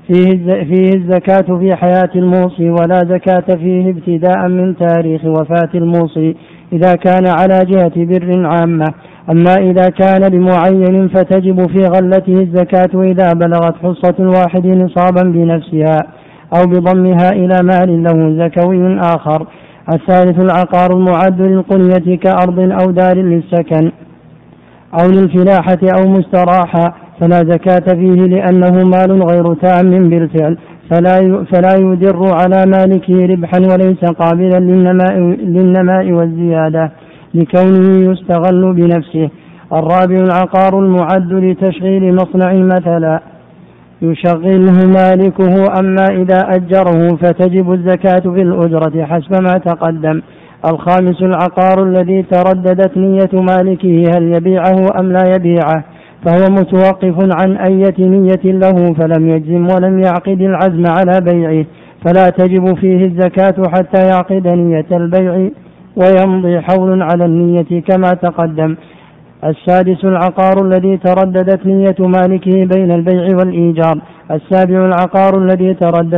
فيه الزكاة في حياة الموصي ولا زكاة فيه ابتداء من تاريخ وفاة الموصي إذا كان على جهة بر عامة. أما إذا كان بمعين فتجب في غلته الزكاة إذا بلغت حصة الواحد نصابا بنفسها أو بضمها إلى مال له زكوي آخر. الثالث العقار المعد للقنية كأرض أو دار للسكن أو للفلاحة أو مستراحة فلا زكاة فيه لأنه مال غير تام بالفعل فلا فلا يدر على مالكه ربحا وليس قابلا للنماء, للنماء والزيادة لكونه يستغل بنفسه. الرابع العقار المعد لتشغيل مصنع مثلا يشغله مالكه أما إذا أجره فتجب الزكاة في الأجرة حسب ما تقدم. الخامس العقار الذي ترددت نية مالكه هل يبيعه أم لا يبيعه فهو متوقف عن أية نية له فلم يجزم ولم يعقد العزم على بيعه فلا تجب فيه الزكاة حتى يعقد نية البيع ويمضي حول على النية كما تقدم. السادس العقار الذي ترددت نية مالكه بين البيع والإيجار. السابع العقار الذي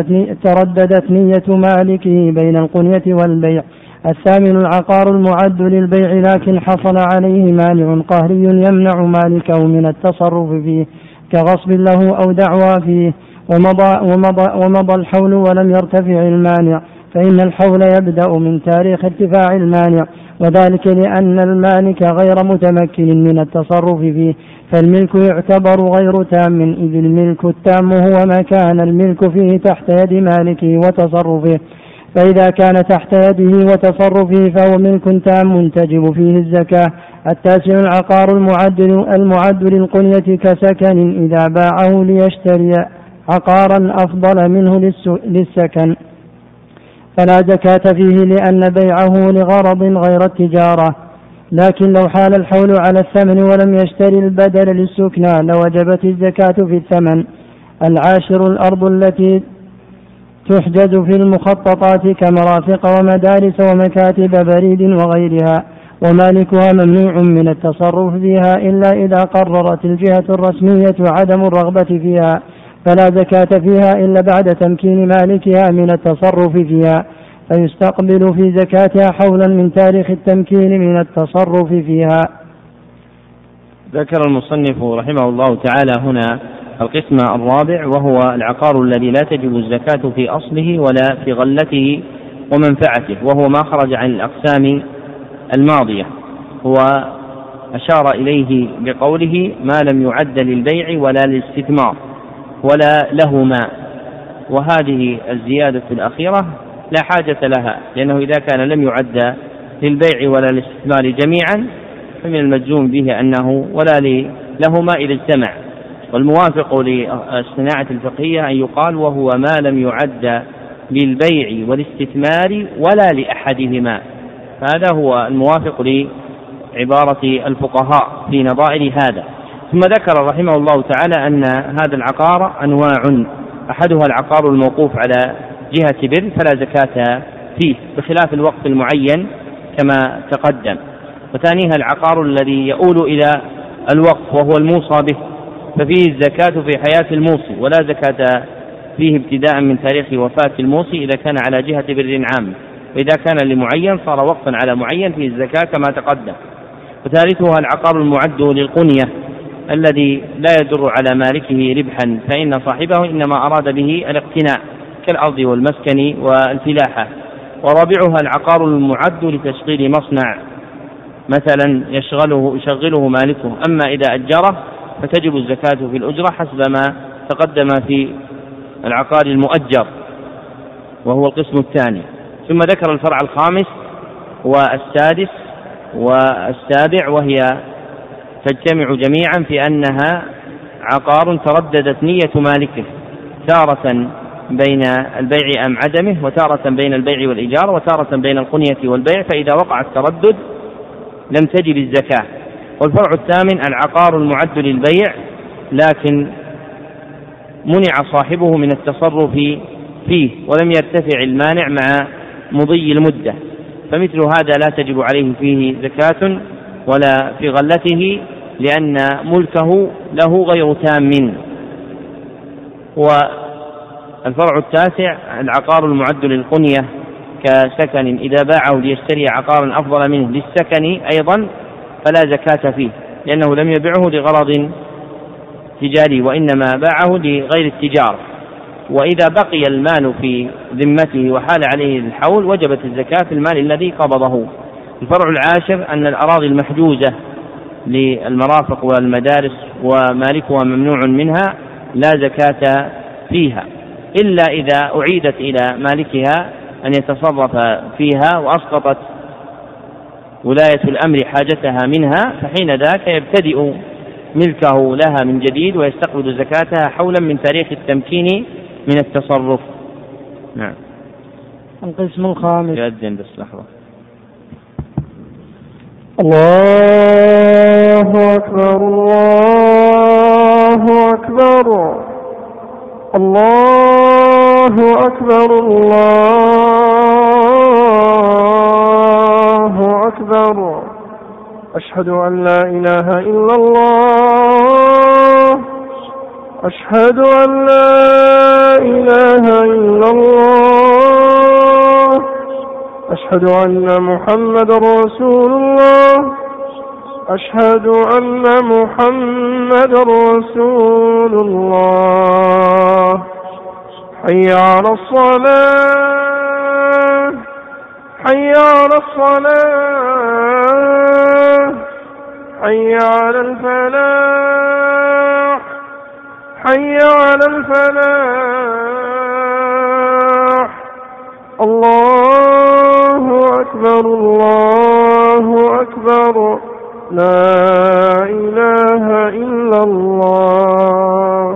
ترددت نية مالكه بين القنية والبيع. الثامن العقار المعد للبيع لكن حصل عليه مانع قهري يمنع مالكه من التصرف فيه كغصب له أو دعوى فيه ومضى, ومضى, ومضى الحول ولم يرتفع المانع فإن الحول يبدأ من تاريخ ارتفاع المانع وذلك لأن المالك غير متمكن من التصرف فيه فالملك يعتبر غير تام إذ الملك التام هو ما كان الملك فيه تحت يد مالكه وتصرفه فإذا كان تحت يده وتصرفه فهو ملك تام تجب فيه الزكاة. التاسع العقار المعد, المعد للقنية كسكن إذا باعه ليشتري عقارا أفضل منه للسكن فلا زكاة فيه لأن بيعه لغرض غير التجارة لكن لو حال الحول على الثمن ولم يشتري البدل للسكنى لوجبت الزكاة في الثمن. العاشر الأرض التي تحجز في المخططات كمرافق ومدارس ومكاتب بريد وغيرها، ومالكها ممنوع من التصرف فيها إلا إذا قررت الجهة الرسمية عدم الرغبة فيها، فلا زكاة فيها إلا بعد تمكين مالكها من التصرف فيها، فيستقبل في زكاتها حولا من تاريخ التمكين من التصرف فيها. ذكر المصنف رحمه الله تعالى هنا القسم الرابع، وهو العقار الذي لا تجب الزكاة في أصله ولا في غلته ومنفعته، وهو ما خرج عن الأقسام الماضية. هو أشار إليه بقوله ما لم يعد للبيع ولا للاستثمار ولا لهما، وهذه الزيادة الأخيرة لا حاجة لها، لأنه إذا كان لم يعد للبيع ولا للاستثمار جميعا فمن المجزوم به أنه ولا لهما إذا اجتمع. والموافق للصناعة الفقهية أن يقال وهو ما لم يعد للبيع والاستثمار ولا لأحدهما، فهذا هو الموافق لعبارة الفقهاء في نظائر هذا. ثم ذكر رحمه الله تعالى أن هذا العقار أنواع، أحدها العقار الموقوف على جهة بر فلا زكاة فيه بخلاف الوقف المعين كما تقدم، وثانيها العقار الذي يؤول إلى الوقف وهو الموصى به ففيه الزكاة في حياة الموصي ولا زكاة فيه ابتداء من تاريخ وفاة الموصي إذا كان على جهة بر عام، وإذا كان لمعين صار وقفا على معين فيه الزكاة كما تقدم. وثالثها العقار المعد للقنية الذي لا يدر على مالكه ربحا فإن صاحبه إنما أراد به الاقتناء كالأرض والمسكن والفلاحة. ورابعها العقار المعد لتشغيل مصنع مثلا يشغله, يشغله مالكه، أما إذا أجره فتجب الزكاة في الأجرة حسب ما تقدم في العقار المؤجر وهو القسم الثاني. ثم ذكر الفرع الخامس والسادس والسابع، وهي تجتمع جميعا في أنها عقار ترددت نية مالكه تارة بين البيع أم عدمه، وتارة بين البيع والإيجار، وتارة بين القنية والبيع، فإذا وقع التردد لم تجب الزكاة. والفرع الثامن العقار المعد للبيع لكن منع صاحبه من التصرف فيه ولم يرتفع المانع مع مضي المدة، فمثل هذا لا تجب عليه فيه زكاة ولا في غلته لأن ملكه له غير تام. والفرع التاسع العقار المعد للقنية كسكن إذا باعه ليشتري عقارا أفضل منه للسكن أيضا فلا زكاة فيه لأنه لم يبعه لغرض تجاري وإنما باعه لغير التجارة. وإذا بقي المال في ذمته وحال عليه الحول وجبت الزكاة في المال الذي قبضه. الفرع العاشر أن الأراضي المحجوزة للمرافق والمدارس ومالكها ممنوع منها لا زكاة فيها إلا إذا أعيدت إلى مالكها أن يتصرف فيها وأسقطت ولاية الأمر حاجتها منها، فحين ذاك يبتدئ ملكه لها من جديد ويستقبل زكاتها حولا من تاريخ التمكين من التصرف. نعم. القسم الخامس. يؤذن بس لحظة. الله أكبر الله أكبر الله أكبر الله أكبر أشهد أن لا إله إلا الله أشهد أن لا إله إلا الله أشهد أن محمد رسول الله أشهد أن محمد رسول الله حي على الصلاة حي على الصلاة حي على الفلاح حي على الفلاح. الله أكبر الله أكبر لا إله إلا الله.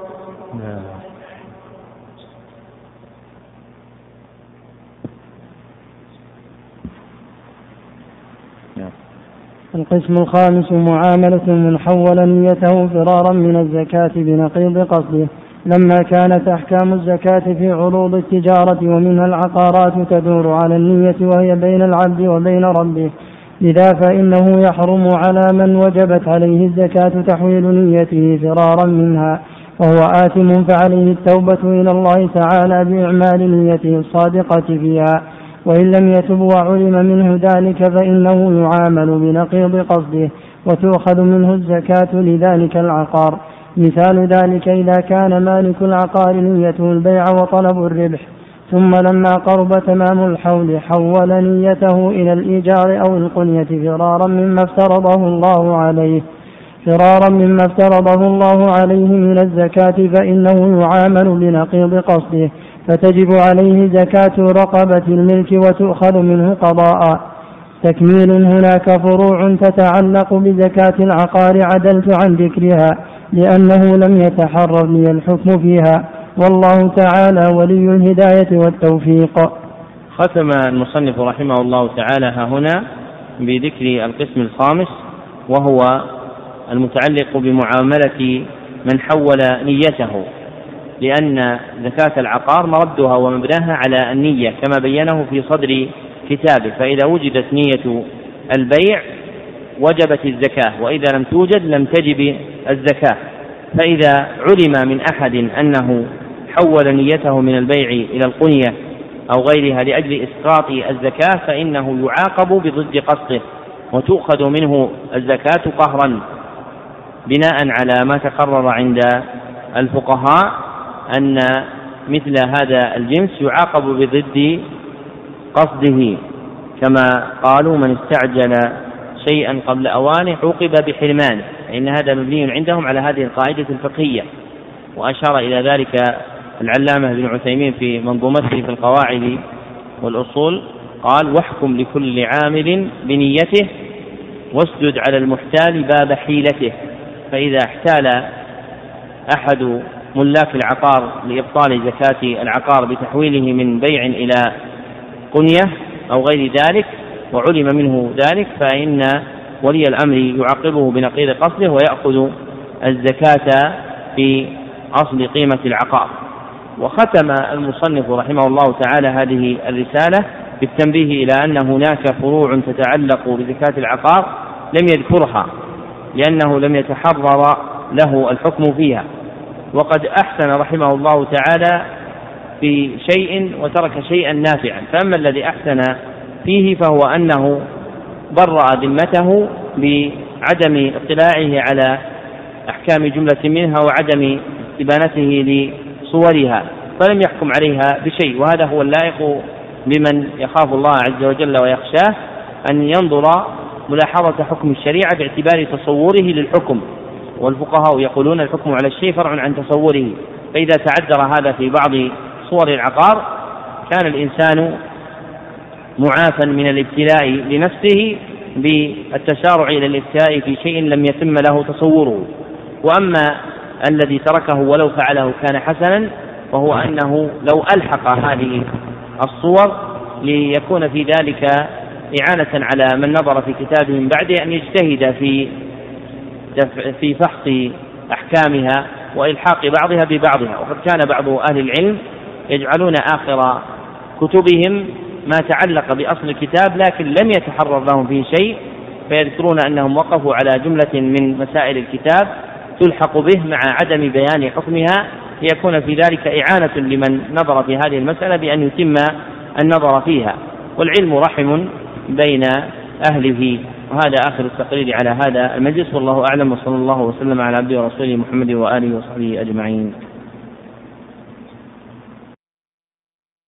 القسم الخامس معاملة من حول نيته فرارا من الزكاة بنقيض قصده لما كانت أحكام الزكاة في عروض التجارة ومنها العقارات تدور على النية وهي بين العبد وبين ربه، لذا فإنه يحرم على من وجبت عليه الزكاة تحويل نيته فرارا منها، وهو آثم فعليه التوبة إلى الله تعالى بإعمال نيته الصادقة فيها، وإن لم يتب وعلم منه ذلك فإنه يعامل بنقيض قصده وتؤخذ منه الزكاة لذلك العقار. مثال ذلك إذا كان مالك العقار نيته البيع وطلب الربح، ثم لما قرب تمام الحول حول نيته إلى الإيجار أو القنية فرارا مما افترضه الله عليه فرارا مما افترضه الله عليه من الزكاة، فإنه يعامل بنقيض قصده، فتجب عليه زكاة رقبة الملك وتؤخذ منه قضاء. تكميل هناك فروع تتعلق بزكاة العقار عدلت عن ذكرها لأنه لم يتحرر لي الحكم فيها، والله تعالى ولي الهداية والتوفيق. ختم المصنف رحمه الله تعالى هنا بذكر القسم الخامس، وهو المتعلق بمعاملة من حول نيته، لأن زكاة العقار مردها ومبناها على النية كما بينه في صدر كتابه، فإذا وجدت نية البيع وجبت الزكاة، وإذا لم توجد لم تجب الزكاة. فإذا علم من أحد أنه حول نيته من البيع إلى القنية أو غيرها لأجل إسقاط الزكاة فإنه يعاقب بضد قصده وتؤخذ منه الزكاة قهرا، بناء على ما تقرر عند الفقهاء أن مثل هذا الجنس يعاقب بضد قصده، كما قالوا من استعجل شيئا قبل أوانه عوقب بحرمانه، إن هذا مبني عندهم على هذه القاعدة الفقهية. وأشار إلى ذلك العلامة بن عثيمين في منظومته في القواعد والأصول، قال واحكم لكل عامل بنيته واسدد على المحتال باب حيلته. فإذا احتال أحد ملاك العقار لإبطال زكاة العقار بتحويله من بيع إلى قنية أو غير ذلك وعلم منه ذلك، فإن ولي الأمر يعاقبه بنقيض قصده ويأخذ الزكاة في أصل قيمة العقار. وختم المصنف رحمه الله تعالى هذه الرسالة بالتنبيه إلى أن هناك فروع تتعلق بزكاة العقار لم يذكرها لأنه لم يتحرر له الحكم فيها، وقد أحسن رحمه الله تعالى في شيء وترك شيئا نافعا. فأما الذي أحسن فيه فهو أنه برأ ذمته بعدم اطلاعه على أحكام جملة منها وعدم استبانته لصورها، فلم يحكم عليها بشيء، وهذا هو اللائق بمن يخاف الله عز وجل ويخشاه، أن ينظر ملاحظة حكم الشريعة باعتبار تصوره للحكم، والفقهاء يقولون الحكم على الشيء فرع عن تصوره، فإذا تعذر هذا في بعض صور العقار كان الإنسان معافا من الابتلاء لنفسه بالتسارع إلى الابتلاء في شيء لم يتم له تصوره. وأما الذي تركه ولو فعله كان حسنا، وهو أنه لو ألحق هذه الصور ليكون في ذلك إعانة على من نظر في كتابه من بعده أن يجتهد في في فحص أحكامها وإلحاق بعضها ببعضها. وقد كان بعض أهل العلم يجعلون آخر كتبهم ما تعلق بأصل الكتاب لكن لم يتحرر لهم فيه شيء، فيذكرون أنهم وقفوا على جملة من مسائل الكتاب تلحق به مع عدم بيان حكمها، ليكون في ذلك إعانة لمن نظر في هذه المسألة بأن يتم النظر فيها، والعلم رحم بين أهله. وهذا آخر التقرير على هذا المجلس، والله أعلم، وصلى الله وسلم على عبده ورسوله محمد وآله وصحبه أجمعين.